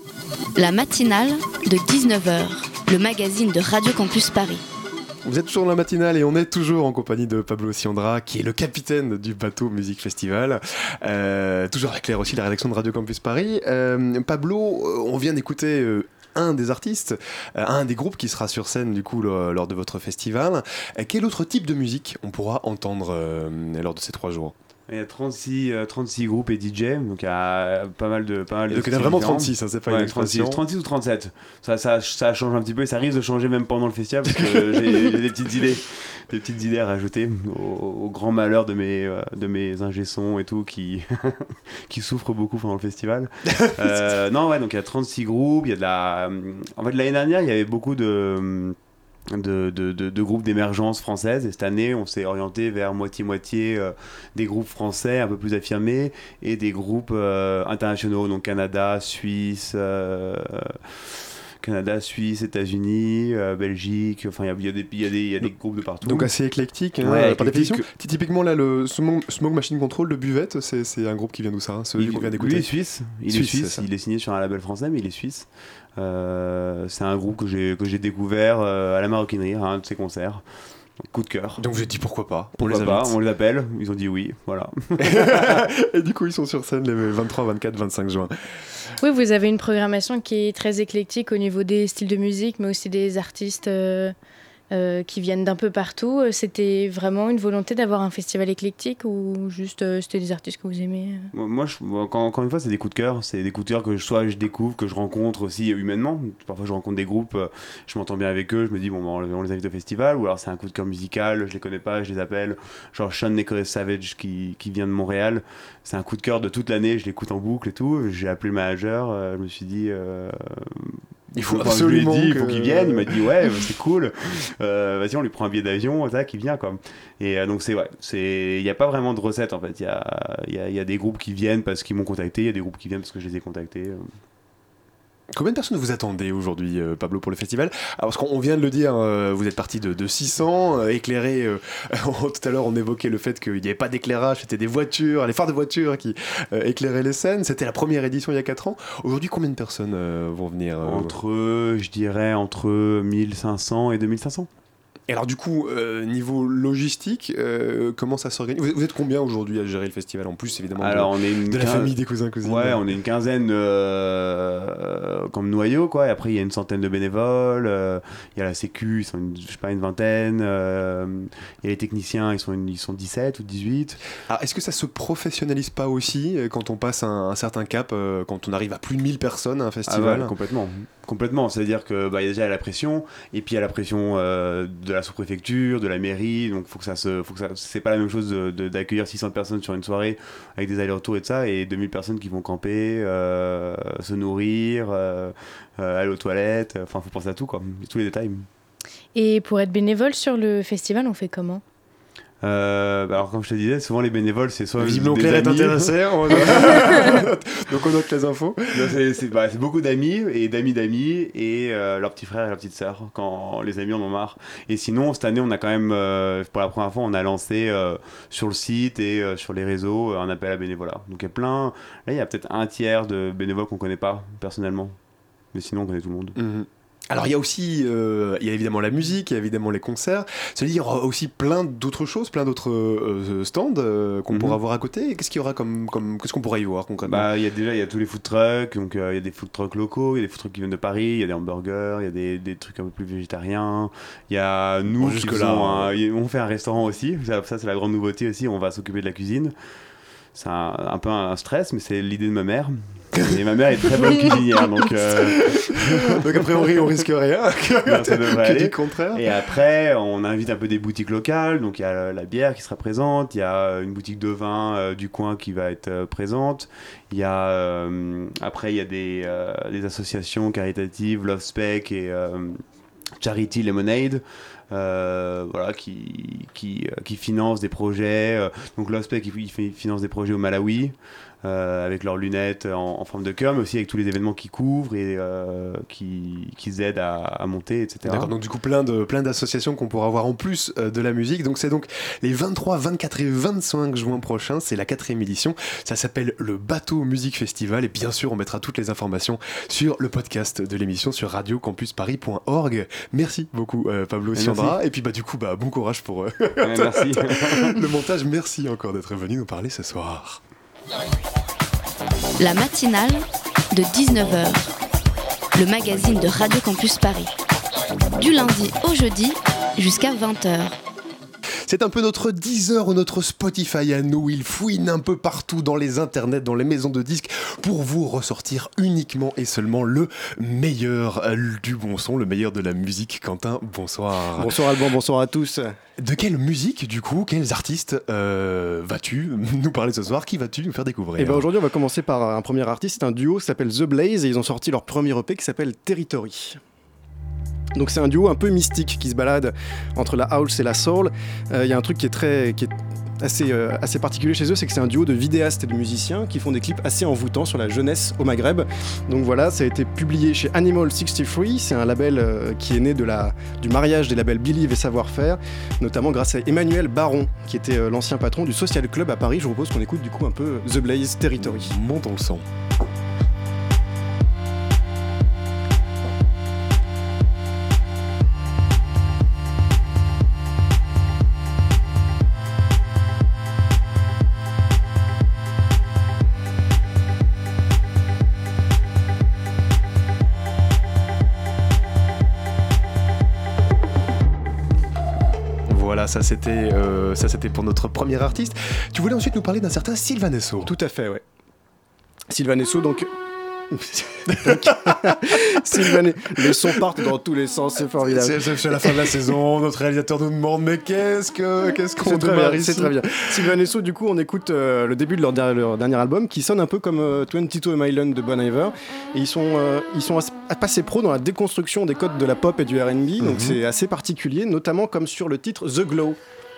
La matinale de dix-neuf heures, le magazine de Radio Campus Paris. Vous êtes toujours dans la matinale et on est toujours en compagnie de Pablo Siandra, qui est le capitaine du Bateau Music Festival. Euh, toujours avec Claire aussi, la rédaction de Radio Campus Paris. Euh, Pablo, on vient d'écouter euh, un des artistes, euh, un des groupes qui sera sur scène du coup le, lors de votre festival. Euh, quel autre type de musique on pourra entendre euh, lors de ces trois jours ? Il y a trente-six, euh, trente-six groupes et D J, donc il y a pas mal de pas mal de donc il y en a vraiment trente-six, hein, c'est pas ouais, une expression. trente-six, trente-six ou trente-sept. Ça, ça, ça change un petit peu et ça risque de changer même pendant le festival parce que j'ai, j'ai des petites idées, des petites idées à rajouter au, au grand malheur de mes euh, de mes ingé-sons et tout qui qui souffrent beaucoup pendant le festival. euh, non ouais, donc il y a trente-six groupes, il y a de la en fait l'année dernière, il y avait beaucoup de De, de, de, de groupes d'émergence française et cette année on s'est orienté vers moitié-moitié euh, des groupes français un peu plus affirmés et des groupes euh, internationaux, donc Canada, Suisse, euh, Canada, Suisse, États-Unis, euh, Belgique, enfin il y, y, y, y a des groupes de partout. Donc assez éclectique, hein, ouais, par éclectique. définition. Typiquement là, le Smoke, Smoke Machine Control de Buvette, c'est, c'est un groupe qui vient d'où ça, hein, celui il, qu'on vient d'écouter. Lui est suisse, il Suisse, est suisse, c'est il est signé sur un label français mais il est suisse. Euh, c'est un groupe que j'ai, que j'ai découvert euh, à la Maroquinerie, à un de ses concerts. Coup de cœur. Donc vous avez dit pourquoi pas, on, on les pas, on les appelle, ils ont dit oui, voilà. Et du coup ils sont sur scène les vingt-trois, vingt-quatre, vingt-cinq juin. Oui, vous avez une programmation qui est très éclectique au niveau des styles de musique, mais aussi des artistes euh, euh, qui viennent d'un peu partout. C'était vraiment une volonté d'avoir un festival éclectique ou juste euh, c'était des artistes que vous aimez ? Moi, je, encore, encore une fois, c'est des coups de cœur. C'est des coups de cœur que soit je découvre, que je rencontre aussi humainement. Parfois, je rencontre des groupes, je m'entends bien avec eux, je me dis, bon, on les invite au festival. Ou alors, c'est un coup de cœur musical, je les connais pas, je les appelle. Genre Sean Nicholas Savage qui, qui vient de Montréal. C'est un coup de cœur de toute l'année, je l'écoute en boucle et tout. J'ai appelé le manager, euh, je me suis dit... Euh, Il faut enfin, absolument je lui ai dit, que... il faut qu'il vienne. Il m'a dit ouais, c'est cool. Euh, vas-y, on lui prend un billet d'avion, ça, qui vient quoi. Et euh, donc c'est ouais, c'est, il y a pas vraiment de recette en fait. Il y a, il y a, il y a des groupes qui viennent parce qu'ils m'ont contacté, il y a des groupes qui viennent parce que je les ai contactés. Combien de personnes vous attendez aujourd'hui, euh, Pablo, pour le festival ? Alors, parce qu'on vient de le dire, euh, vous êtes parti de, de six cents, euh, éclairés. Euh, tout à l'heure, on évoquait le fait qu'il n'y avait pas d'éclairage, c'était des voitures, les phares de voitures qui euh, éclairaient les scènes. C'était la première édition il y a quatre ans. Aujourd'hui, combien de personnes euh, vont venir euh, Entre, je dirais, entre mille cinq cents et deux mille cinq cents. Et alors du coup, euh, niveau logistique, euh, comment ça s'organise ? vous, vous êtes combien aujourd'hui à gérer le festival en plus évidemment alors, de, on est une de la quinze... famille des cousins cousines. Ouais, on est une quinzaine euh, comme noyau quoi. Et après il y a une centaine de bénévoles. Il euh, y a la Sécu, ils sont une, je sais pas une vingtaine. Il euh, y a les techniciens, ils sont une, ils sont dix-sept ou dix-huit. Alors est-ce que ça se professionnalise pas aussi quand on passe un, un certain cap, euh, quand on arrive à plus de mille personnes à un festival ? Ah ouais, complètement. Complètement, c'est-à-dire que bah, y a déjà la pression, et puis il y a la pression euh, de la sous-préfecture, de la mairie, donc faut que ça se, faut que ça, c'est pas la même chose de, de, d'accueillir six cents personnes sur une soirée avec des allers-retours et de ça, et deux mille personnes qui vont camper, euh, se nourrir, euh, euh, aller aux toilettes, enfin faut penser à tout quoi, tous les détails. Et pour être bénévole sur le festival, on fait comment ? Euh, bah alors comme je te disais, souvent les bénévoles c'est soit visiblement des Claire est amis. intéressée, on note... donc on note les infos. Non, c'est, c'est, bah, c'est beaucoup d'amis et d'amis d'amis et euh, leurs petits frères et leurs petites sœurs quand les amis en ont marre. Et sinon cette année on a quand même euh, pour la première fois on a lancé euh, sur le site et euh, sur les réseaux un appel à bénévolat. Donc il y a plein, là il y a peut-être un tiers de bénévoles qu'on connaît pas personnellement, mais sinon on connaît tout le monde. Mmh. Alors il y a aussi, euh, il y a évidemment la musique, il y a évidemment les concerts. C'est-à-dire il y aura aussi plein d'autres choses, plein d'autres euh, stands euh, qu'on mm-hmm. pourra voir à côté. Qu'est-ce qu'il y aura comme, comme, qu'est-ce qu'on pourra y voir concrètement ? Bah il y a déjà il y a tous les food trucks, donc il euh, y a des food trucks locaux, il y a des food trucks qui viennent de Paris, il y a des hamburgers, il y a des, des trucs un peu plus végétariens. Il y a nous bon, qui faisons un, on fait un restaurant aussi. Ça, ça c'est la grande nouveauté aussi. On va s'occuper de la cuisine. C'est un, un peu un stress, mais c'est l'idée de ma mère. Et ma mère est très bonne cuisinière, donc, euh... donc a priori on risque rien, non, ça devrait que aller. Du contraire. Et après on invite un peu des boutiques locales, donc il y a la, la bière qui sera présente, il y a une boutique de vin euh, du coin qui va être euh, présente, il y a euh, après il y a des, euh, des associations caritatives, Love Spec et euh, Charity Lemonade. Euh, voilà, qui, qui, qui finance des projets. Euh, donc Love Spec, il, il finance des projets au Malawi. euh, avec leurs lunettes en, en forme de cœur, mais aussi avec tous les événements qui couvrent et euh, qui, qui aident à, à monter, et cetera. D'accord, donc du coup plein, de, plein d'associations qu'on pourra voir en plus euh, de la musique. Donc c'est donc les vingt-trois, vingt-quatre et vingt-cinq juin prochains, c'est la quatrième édition. Ça s'appelle le Bateau Musique Festival et bien sûr on mettra toutes les informations sur le podcast de l'émission sur radio campus paris point org. Merci beaucoup euh, Pablo et Sandra. Et puis bah du coup bah bon courage pour euh, ouais, merci. le montage. Merci encore d'être venu nous parler ce soir. La matinale de dix-neuf heures, le magazine de Radio Campus Paris. Du lundi au jeudi jusqu'à vingt heures. C'est un peu notre Deezer ou notre Spotify à nous. Il fouine un peu partout dans les internets, dans les maisons de disques, pour vous ressortir uniquement et seulement le meilleur du bon son, le meilleur de la musique. Quentin, bonsoir. Bonsoir Alban, bonsoir à tous. De quelle musique, du coup, quels artistes euh, vas-tu nous parler ce soir? Qui vas-tu nous faire découvrir? Et ben aujourd'hui, on va commencer par un premier artiste, c'est un duo qui s'appelle The Blaze, et ils ont sorti leur premier E P qui s'appelle Territory. Donc c'est un duo un peu mystique qui se balade entre la house et la soul. Il euh, y a un truc qui est très, qui est assez, euh, assez particulier chez eux, c'est que c'est un duo de vidéastes et de musiciens qui font des clips assez envoûtants sur la jeunesse au Maghreb. Donc voilà, ça a été publié chez Animal soixante-trois. C'est un label euh, qui est né de la, du mariage des labels Believe et Savoir-Faire, notamment grâce à Emmanuel Baron, qui était euh, l'ancien patron du Social Club à Paris. Je vous propose qu'on écoute du coup un peu The Blaze Territory. Montons le son. Voilà, ça c'était, euh, ça c'était pour notre premier artiste. Tu voulais ensuite nous parler d'un certain Sylvain Esso. Tout à fait, ouais. Sylvain Esso, donc... Sylvain, les sons partent dans tous les sens, c'est formidable. C'est, c'est, c'est la fin de la saison, notre réalisateur nous demande mais qu'est-ce que qu'est-ce qu'on démarre ici? C'est très bien. Sylvain Esso, du coup, on écoute euh, le début de leur, der- leur dernier album qui sonne un peu comme euh, vingt-deux Mile Island de Bon Iver. Et ils sont, euh, ils sont assez, assez pros dans la déconstruction des codes de la pop et du R and B, mm-hmm. Donc c'est assez particulier, notamment comme sur le titre The Glow.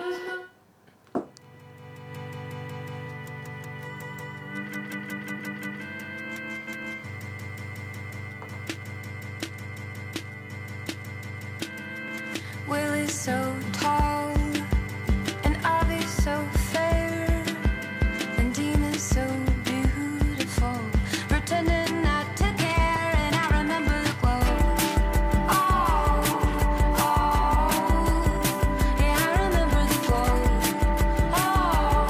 So tall, and Ivy so fair, and Dina's so beautiful, pretending not to care, and I remember the glow. Oh, oh, yeah, I remember the glow. Oh,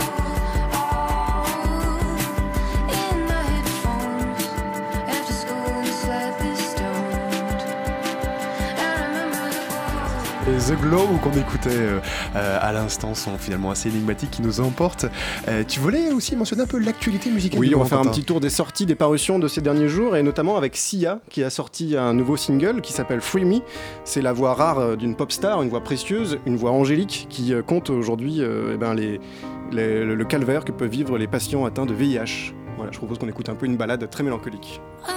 oh, in my headphones, after school and slightly stoned. I remember the glow. The Glow qu'on écoutait euh, euh, à l'instant sont finalement assez énigmatiques qui nous emportent. Euh, tu voulais aussi mentionner un peu l'actualité musicale. Oui, du on va moment, faire Quentin. un petit tour des sorties, des parutions de ces derniers jours, et notamment avec Sia qui a sorti un nouveau single qui s'appelle Free Me. C'est la voix rare d'une pop star, une voix précieuse, une voix angélique qui euh, compte aujourd'hui euh, eh ben, les, les, le, le calvaire que peuvent vivre les patients atteints de V I H. Voilà, je propose qu'on écoute un peu une balade très mélancolique.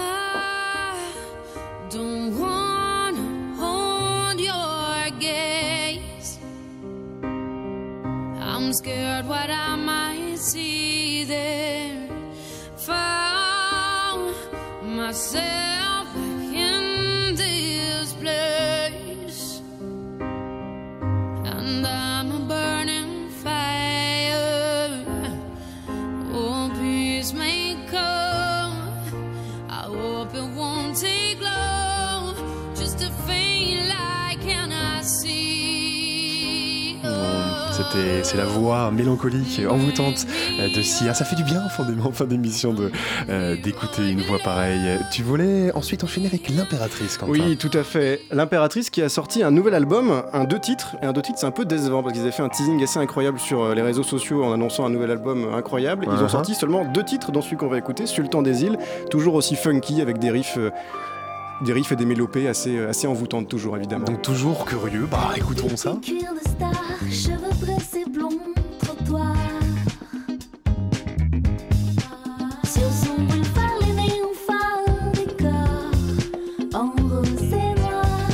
Don't wanna hold your gaze. I'm scared what I might see there. Found myself back in this place, and I'm a burning fire. Oh, peace may come. I hope it won't take long. Just a faint light can I see. C'était, c'est la voix mélancolique, envoûtante de Sia. Ça fait du bien en fin, en fin d'émission de, euh, d'écouter une voix pareille. Tu voulais ensuite enchaîner avec l'Impératrice, Quentin. Oui, tout à fait. L'Impératrice qui a sorti un nouvel album, un deux titres. Et un deux titres, c'est un peu décevant parce qu'ils avaient fait un teasing assez incroyable sur les réseaux sociaux en annonçant un nouvel album incroyable. Ils uh-huh. ont sorti seulement deux titres, dont celui qu'on va écouter, Sultan des îles, toujours aussi funky avec des riffs... Euh, Des riffs et des mélopées assez, assez envoûtantes toujours évidemment. Donc toujours curieux, bah écoutons ça. Cuir de star, cheveux pressés blonds, trottoir. Sur son boulevard, les néons phares décor en rose et noir.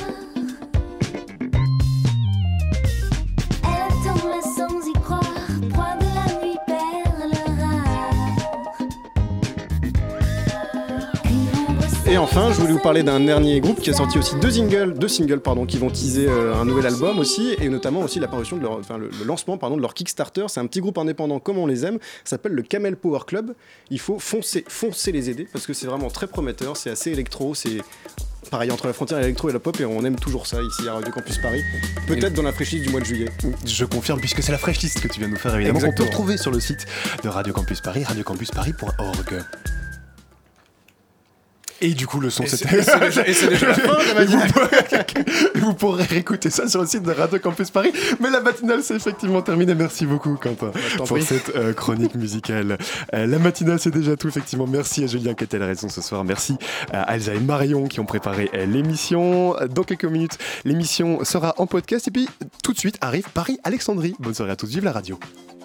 Elle attend là sans y croire, proie de la nuit, perle rare. Et enfin, je voulais vous parler d'un dernier groupe qui a sorti aussi deux singles, deux singles pardon, qui vont teaser euh, un nouvel album aussi, et notamment aussi l'apparition de leur, enfin le, le lancement pardon de leur Kickstarter. C'est un petit groupe indépendant comme on les aime, ça s'appelle le Camel Power Club. Il faut foncer, foncer les aider parce que c'est vraiment très prometteur, c'est assez électro, c'est pareil entre la frontière et l'électro et la pop, et on aime toujours ça ici à Radio Campus Paris. Peut-être dans la fraîche list du mois de juillet. Je confirme, puisque c'est la fraîche list que tu viens de nous faire évidemment. On peut retrouver sur le site de Radio Campus Paris, radio campus paris point org. Et du coup, le son, et c'était... C'est, et, c'est déjà, et c'est déjà la fin de la matinale. Vous pourrez réécouter ça sur le site de Radio Campus Paris. Mais la matinale, c'est effectivement terminé. Merci beaucoup, Quentin, pour prie. cette euh, chronique musicale. Euh, la matinale, c'est déjà tout, effectivement. Merci à Julien qui était à la raison ce soir. Merci à Elsa et Marion qui ont préparé euh, l'émission. Dans quelques minutes, l'émission sera en podcast. Et puis, tout de suite, arrive Paris-Alexandrie. Bonne soirée à tous. Vive la radio.